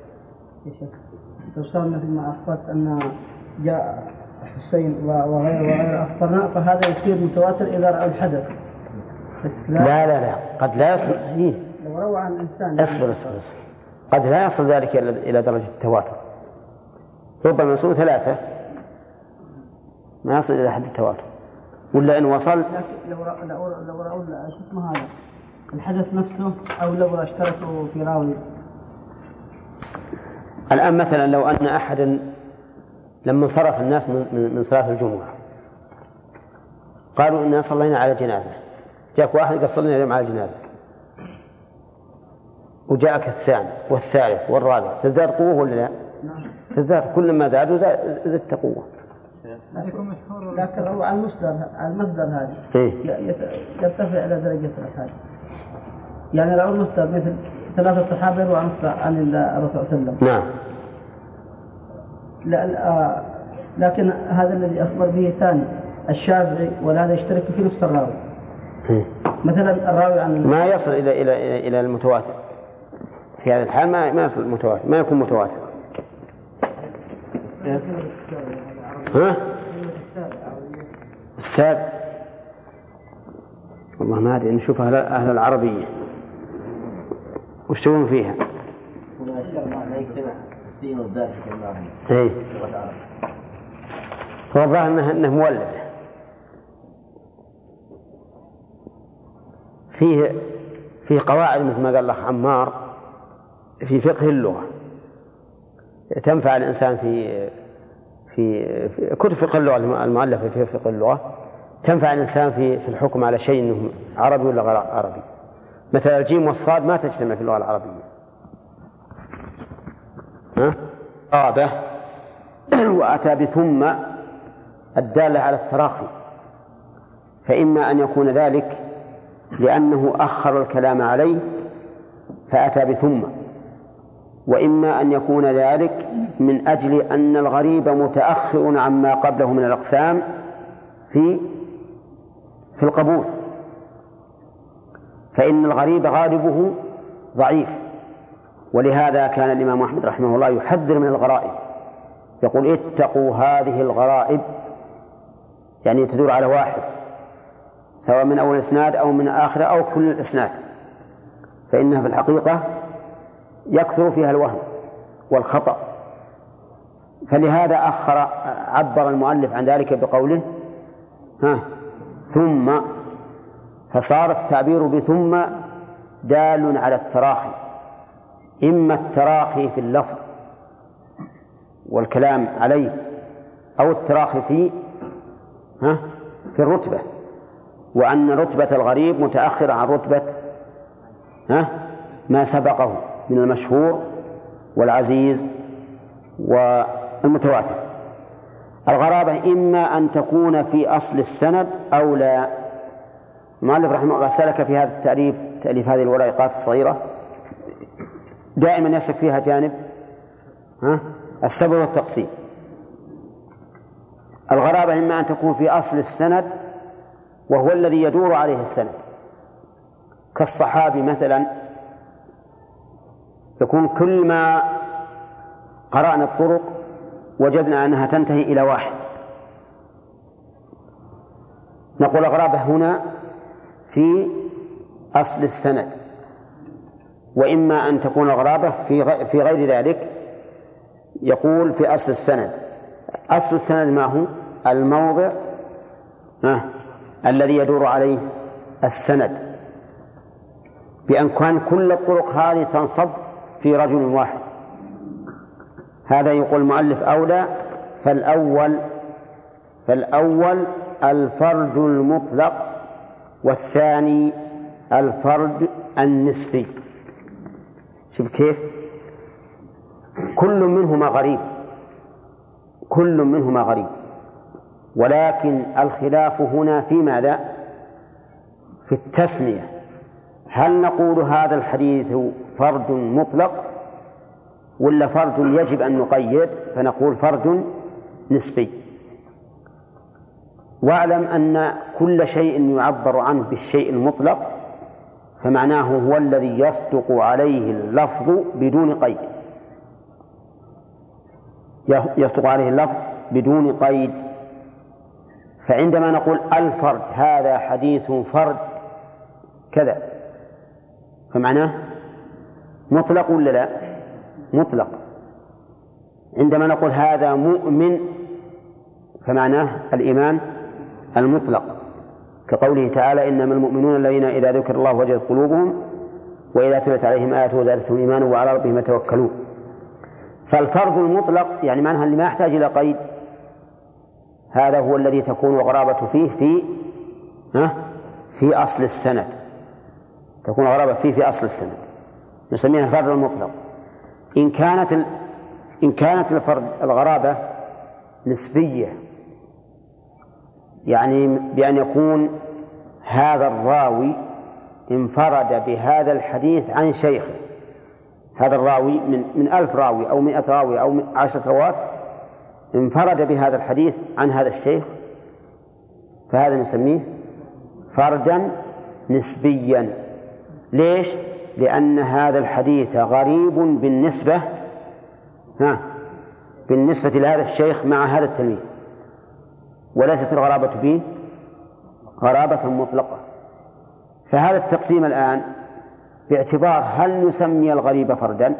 Speaker 4: لو صار مثل ما أخبرت أن جاء حسين وغير أخبرنا، فهذا يصير متواتر إذا رأوا الحدث.
Speaker 1: لا قد لا يصل.
Speaker 4: لو روى عن إنسان
Speaker 1: اصبر قد لا يصل ذلك إلى درجة التواتر، ربما يصل 3 ما يصل إلى حد التواتر، ولا إن وصل.
Speaker 4: لكن لو رأوا شو اسمه هذا الحدث نفسه، أو لو اشتركوا في راوي.
Speaker 1: الآن مثلا لو أن أحدا لما انصرف الناس من صلاة الجمعة قالوا إننا صلينا على جنازة، جاءك واحد قال صلينا اليوم على جنازة، وجاءك الثاني والثالث والرابع، تزداد قوة ولا لا؟ تزداد، كل ما زادوا زدت قوة.
Speaker 4: لكن هو على المصدر هذه يرتفع إلى درجة الحاج. يعني لو المصدر مثل 3 صحابة يروى عن الرسول صلى الله عليه وسلم.
Speaker 1: نعم.
Speaker 4: لكن هذا الذي أخبر به ثاني الشافعي، ولا يشترك في نفس الراوي. مثلا الراوي عن
Speaker 1: ما يصل إلى المتواتر في هذا الحال، ما يصل المتواتر، ما يكون متواتر. ها؟ أستاذ والله ما أدري، نشوف أهل العربية وش يسوون فيها. هو الظاهر أنه مولد فيه قواعد مثل ما قال الأخ عمار في فقه اللغة تنفع الإنسان في كتب فقه اللغة المؤلفة في فقه اللغة، تنفع الإنسان في الحكم على شيء إنه عربي ولا غير عربي. مثلا الجيم والصاد ما تجتمع في اللغة العربية. غرابة وأتى بثم الدالة على التراخي، فإما أن يكون ذلك لأنه أخر الكلام عليه فأتى بثم، وإما أن يكون ذلك من أجل أن الغريب متأخر عما قبله من الأقسام في القبول، فإن الغريب غالبه ضعيف، ولهذا كان الإمام أحمد رحمه الله يحذر من الغرائب، يقول اتقوا هذه الغرائب، يعني تدور على واحد سواء من أول الإسناد أو من آخره أو كل الإسناد، فإنها في الحقيقة يكثر فيها الوهم والخطأ. فلهذا عبر المؤلف عن ذلك بقوله ثم، فصار التعبير بثم دال على التراخي، إما التراخي في اللفظ والكلام عليه، أو التراخي في الرتبة، وأن رتبة الغريب متأخرة عن رتبة ما سبقه من المشهور والعزيز والمتواتر. الغرابة إما أن تكون في أصل السند أو لا. المؤلف رحمه الله سلك في هذا التأليف، تأليف هذه الورقات الصغيرة، دائما يسلك فيها جانب السبب والتقسيم. الغرابة إما أن تكون في أصل السند وهو الذي يدور عليه السند، كالصحابي مثلا، يكون كل ما قرأنا الطرق وجدنا أنها تنتهي إلى واحد، نقول غرابة هنا في أصل السند. وإما أن تكون غرابة في غير ذلك، يقول في أصل السند. أصل السند ما هو؟ الموضع الذي يدور عليه السند، بأن كان كل الطرق هذه تنصب في رجل واحد. هذا يقول المؤلف أولى. فالأول الفرد المطلق، والثاني الفرد النسبي. شوف كيف كل منهما غريب، ولكن الخلاف هنا في ماذا؟ في التسمية. هل نقول هذا الحديث فرد مطلق ولا فرد يجب أن نقيد فنقول فرد نسبي؟ واعلم أن كل شيء يعبر عنه بالشيء المطلق فمعناه هو الذي يصدق عليه اللفظ بدون قيد، يصدق عليه اللفظ بدون قيد. فعندما نقول الفرد هذا حديث فرد كذا فمعناه مطلق ولا لا؟ مطلق. عندما نقول هذا مؤمن فمعناه الإيمان المطلق، كقوله تعالى إنما المؤمنون الذين إذا ذكر الله وجلت قلوبهم وإذا تلت عليهم آياته زادتهم إيمانا وعلى ربهم يتوكلون. فالفرد المطلق يعني معناه اللي ما يحتاج إلى قيد، هذا هو الذي تكون الغرابة فيه في أصل السند، تكون الغرابة فيه في أصل السند، نسميها الفرد المطلق. إن كانت الغرابة نسبية، يعني بأن يكون هذا الراوي انفرد بهذا الحديث عن شيخه، هذا الراوي من 1000 راوي أو 100 راوي أو 10 رواة انفرد بهذا الحديث عن هذا الشيخ، فهذا نسميه فردا نسبيا. ليش؟ لأن هذا الحديث غريب بالنسبة لهذا الشيخ مع هذا التلميذ، وليست الغرابة به غرابة مطلقة. فهذا التقسيم الآن باعتبار هل نسمي الغريب فردا؟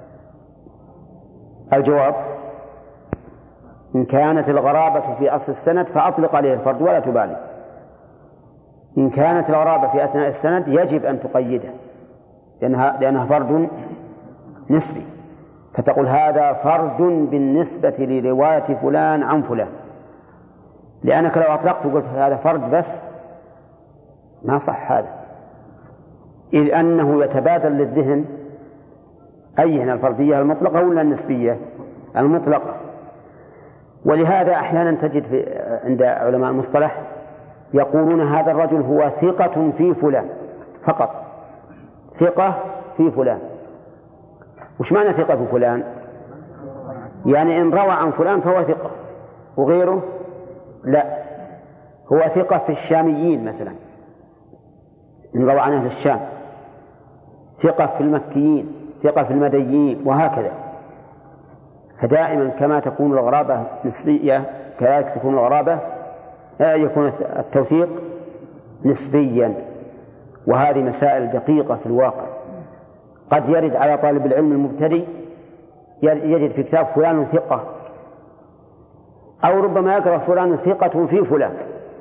Speaker 1: الجواب إن كانت الغرابة في أصل السند فأطلق عليه الفرد ولا تبالي. إن كانت الغرابة في أثناء السند يجب أن تقيده لأنها فرد نسبي، فتقول هذا فرد بالنسبة لرواية فلان عن فلان، لأنك لو أطلقت وقلت هذا فرد بس ما صح هذا، إذ أنه يتبادل للذهن أيهن الفردية المطلقة ولا النسبية المطلقة. ولهذا أحيانا تجد عند علماء المصطلح يقولون هذا الرجل هو ثقة في فلان فقط، ثقة في فلان. وش معنى ثقة في فلان؟ يعني إن روى عن فلان فهو ثقة وغيره لا، هو ثقة في الشاميين مثلا إن روى عن أهل الشام، ثقة في المكيين، ثقة في المديين، وهكذا. فدائما كما تكون الغرابة نسبية كذلك تكون الغرابة يكون التوثيق نسبيا. وهذه مسائل دقيقة في الواقع. قد يرد على طالب العلم المبتدئ يجد في كتاب فلان ثقة، أو ربما يقرأ فلان ثقة في فلان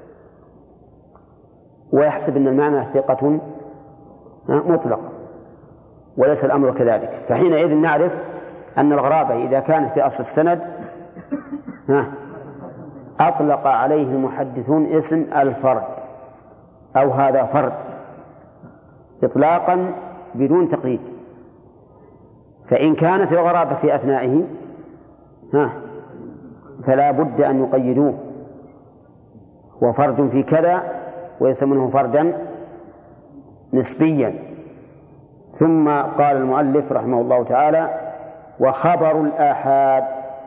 Speaker 1: ويحسب أن المعنى ثقة مطلق، وليس الأمر كذلك. فحينئذ نعرف أن الغرابة إذا كانت في أصل السند أطلق عليه المحدثون اسم الفرد أو هذا فرد إطلاقا بدون تقييد. فإن كانت الغرابة في أثنائه فلا بد أن يقيدوه، وفرد في كذا ويسمونه فردا نسبيا. ثم قال المؤلف رحمه الله تعالى وخبر الآحاد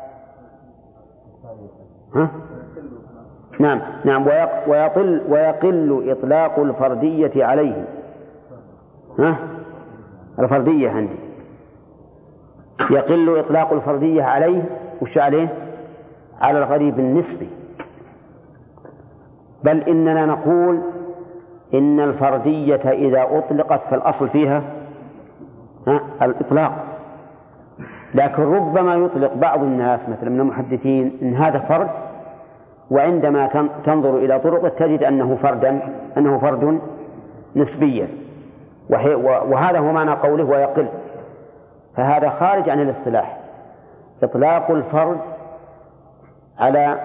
Speaker 1: نعم ويقل إطلاق الفردية عليه. الفردية عندي يقل إطلاق الفردية عليه. وش عليه؟ على الغريب النسبي. بل إننا نقول إن الفردية إذا أطلقت فالأصل فيها الإطلاق، لكن ربما يطلق بعض الناس مثل من المحدثين إن هذا فرد، وعندما تنظر إلى طرقه تجد أنه فرد نسبيا. وهذا هو معنى قوله ويقل، فهذا خارج عن الاصطلاح. إطلاق الفرد على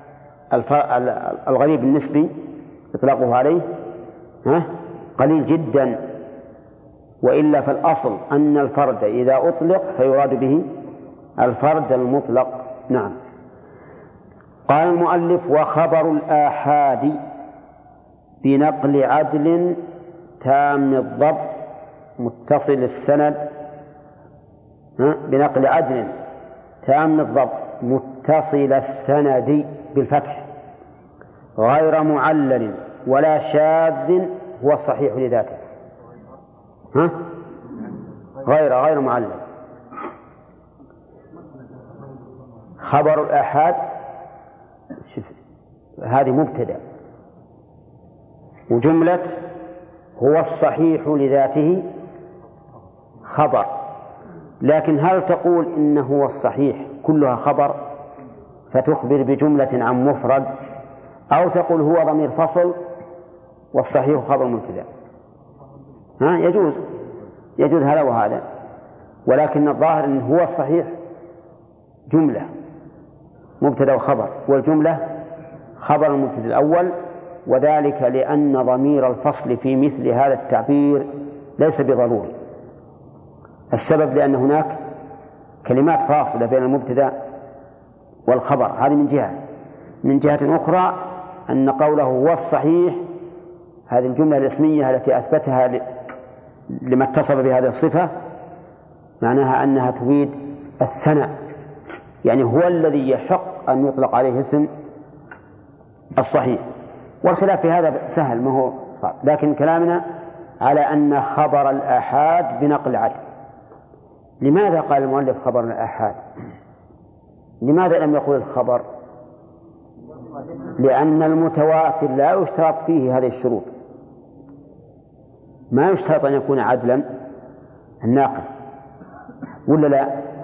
Speaker 1: الغريب النسبي إطلاقه عليه قليل جدا، وإلا فالأصل أن الفرد إذا أطلق فيراد به الفرد المطلق. نعم. قال المؤلف: وخبر الآحاد بنقل عدل تام الضبط متصل السند، بنقل عدل تام الضبط متصل السند بالفتح غير معلل ولا شاذ هو الصحيح لذاته. غير معلل. خبر الآحاد هذه مبتدأ، وجملة هو الصحيح لذاته خبر، لكن هل تقول إنه هو الصحيح كلها خبر فتخبر بجملة عن مفرد، أو تقول هو ضمير فصل والصحيح خبر مبتدأ؟ يجوز هذا وهذا، ولكن الظاهر أنه هو الصحيح جملة مبتدأ وخبر، والجملة خبر المبتدأ الأول، وذلك لأن ضمير الفصل في مثل هذا التعبير ليس بضروري. السبب لأن هناك كلمات فاصلة بين المبتدأ والخبر، هذه من جهة أخرى أن قوله هو الصحيح هذه الجملة الاسمية التي أثبتها لما اتصف بهذه الصفة معناها أنها تفيد الثناء، يعني هو الذي يحق أن يطلق عليه اسم الصحيح. والخلاف في هذا سهل، ما هو صعب، لكن كلامنا على أن خبر الآحاد بنقل عدل. لماذا قال المؤلف خبر الآحاد؟ لماذا لم يقل الخبر؟ لأن المتواتر لا يشترط فيه هذه الشروط، ما يشترط أن يكون عدلا الناقل، ولا لا؟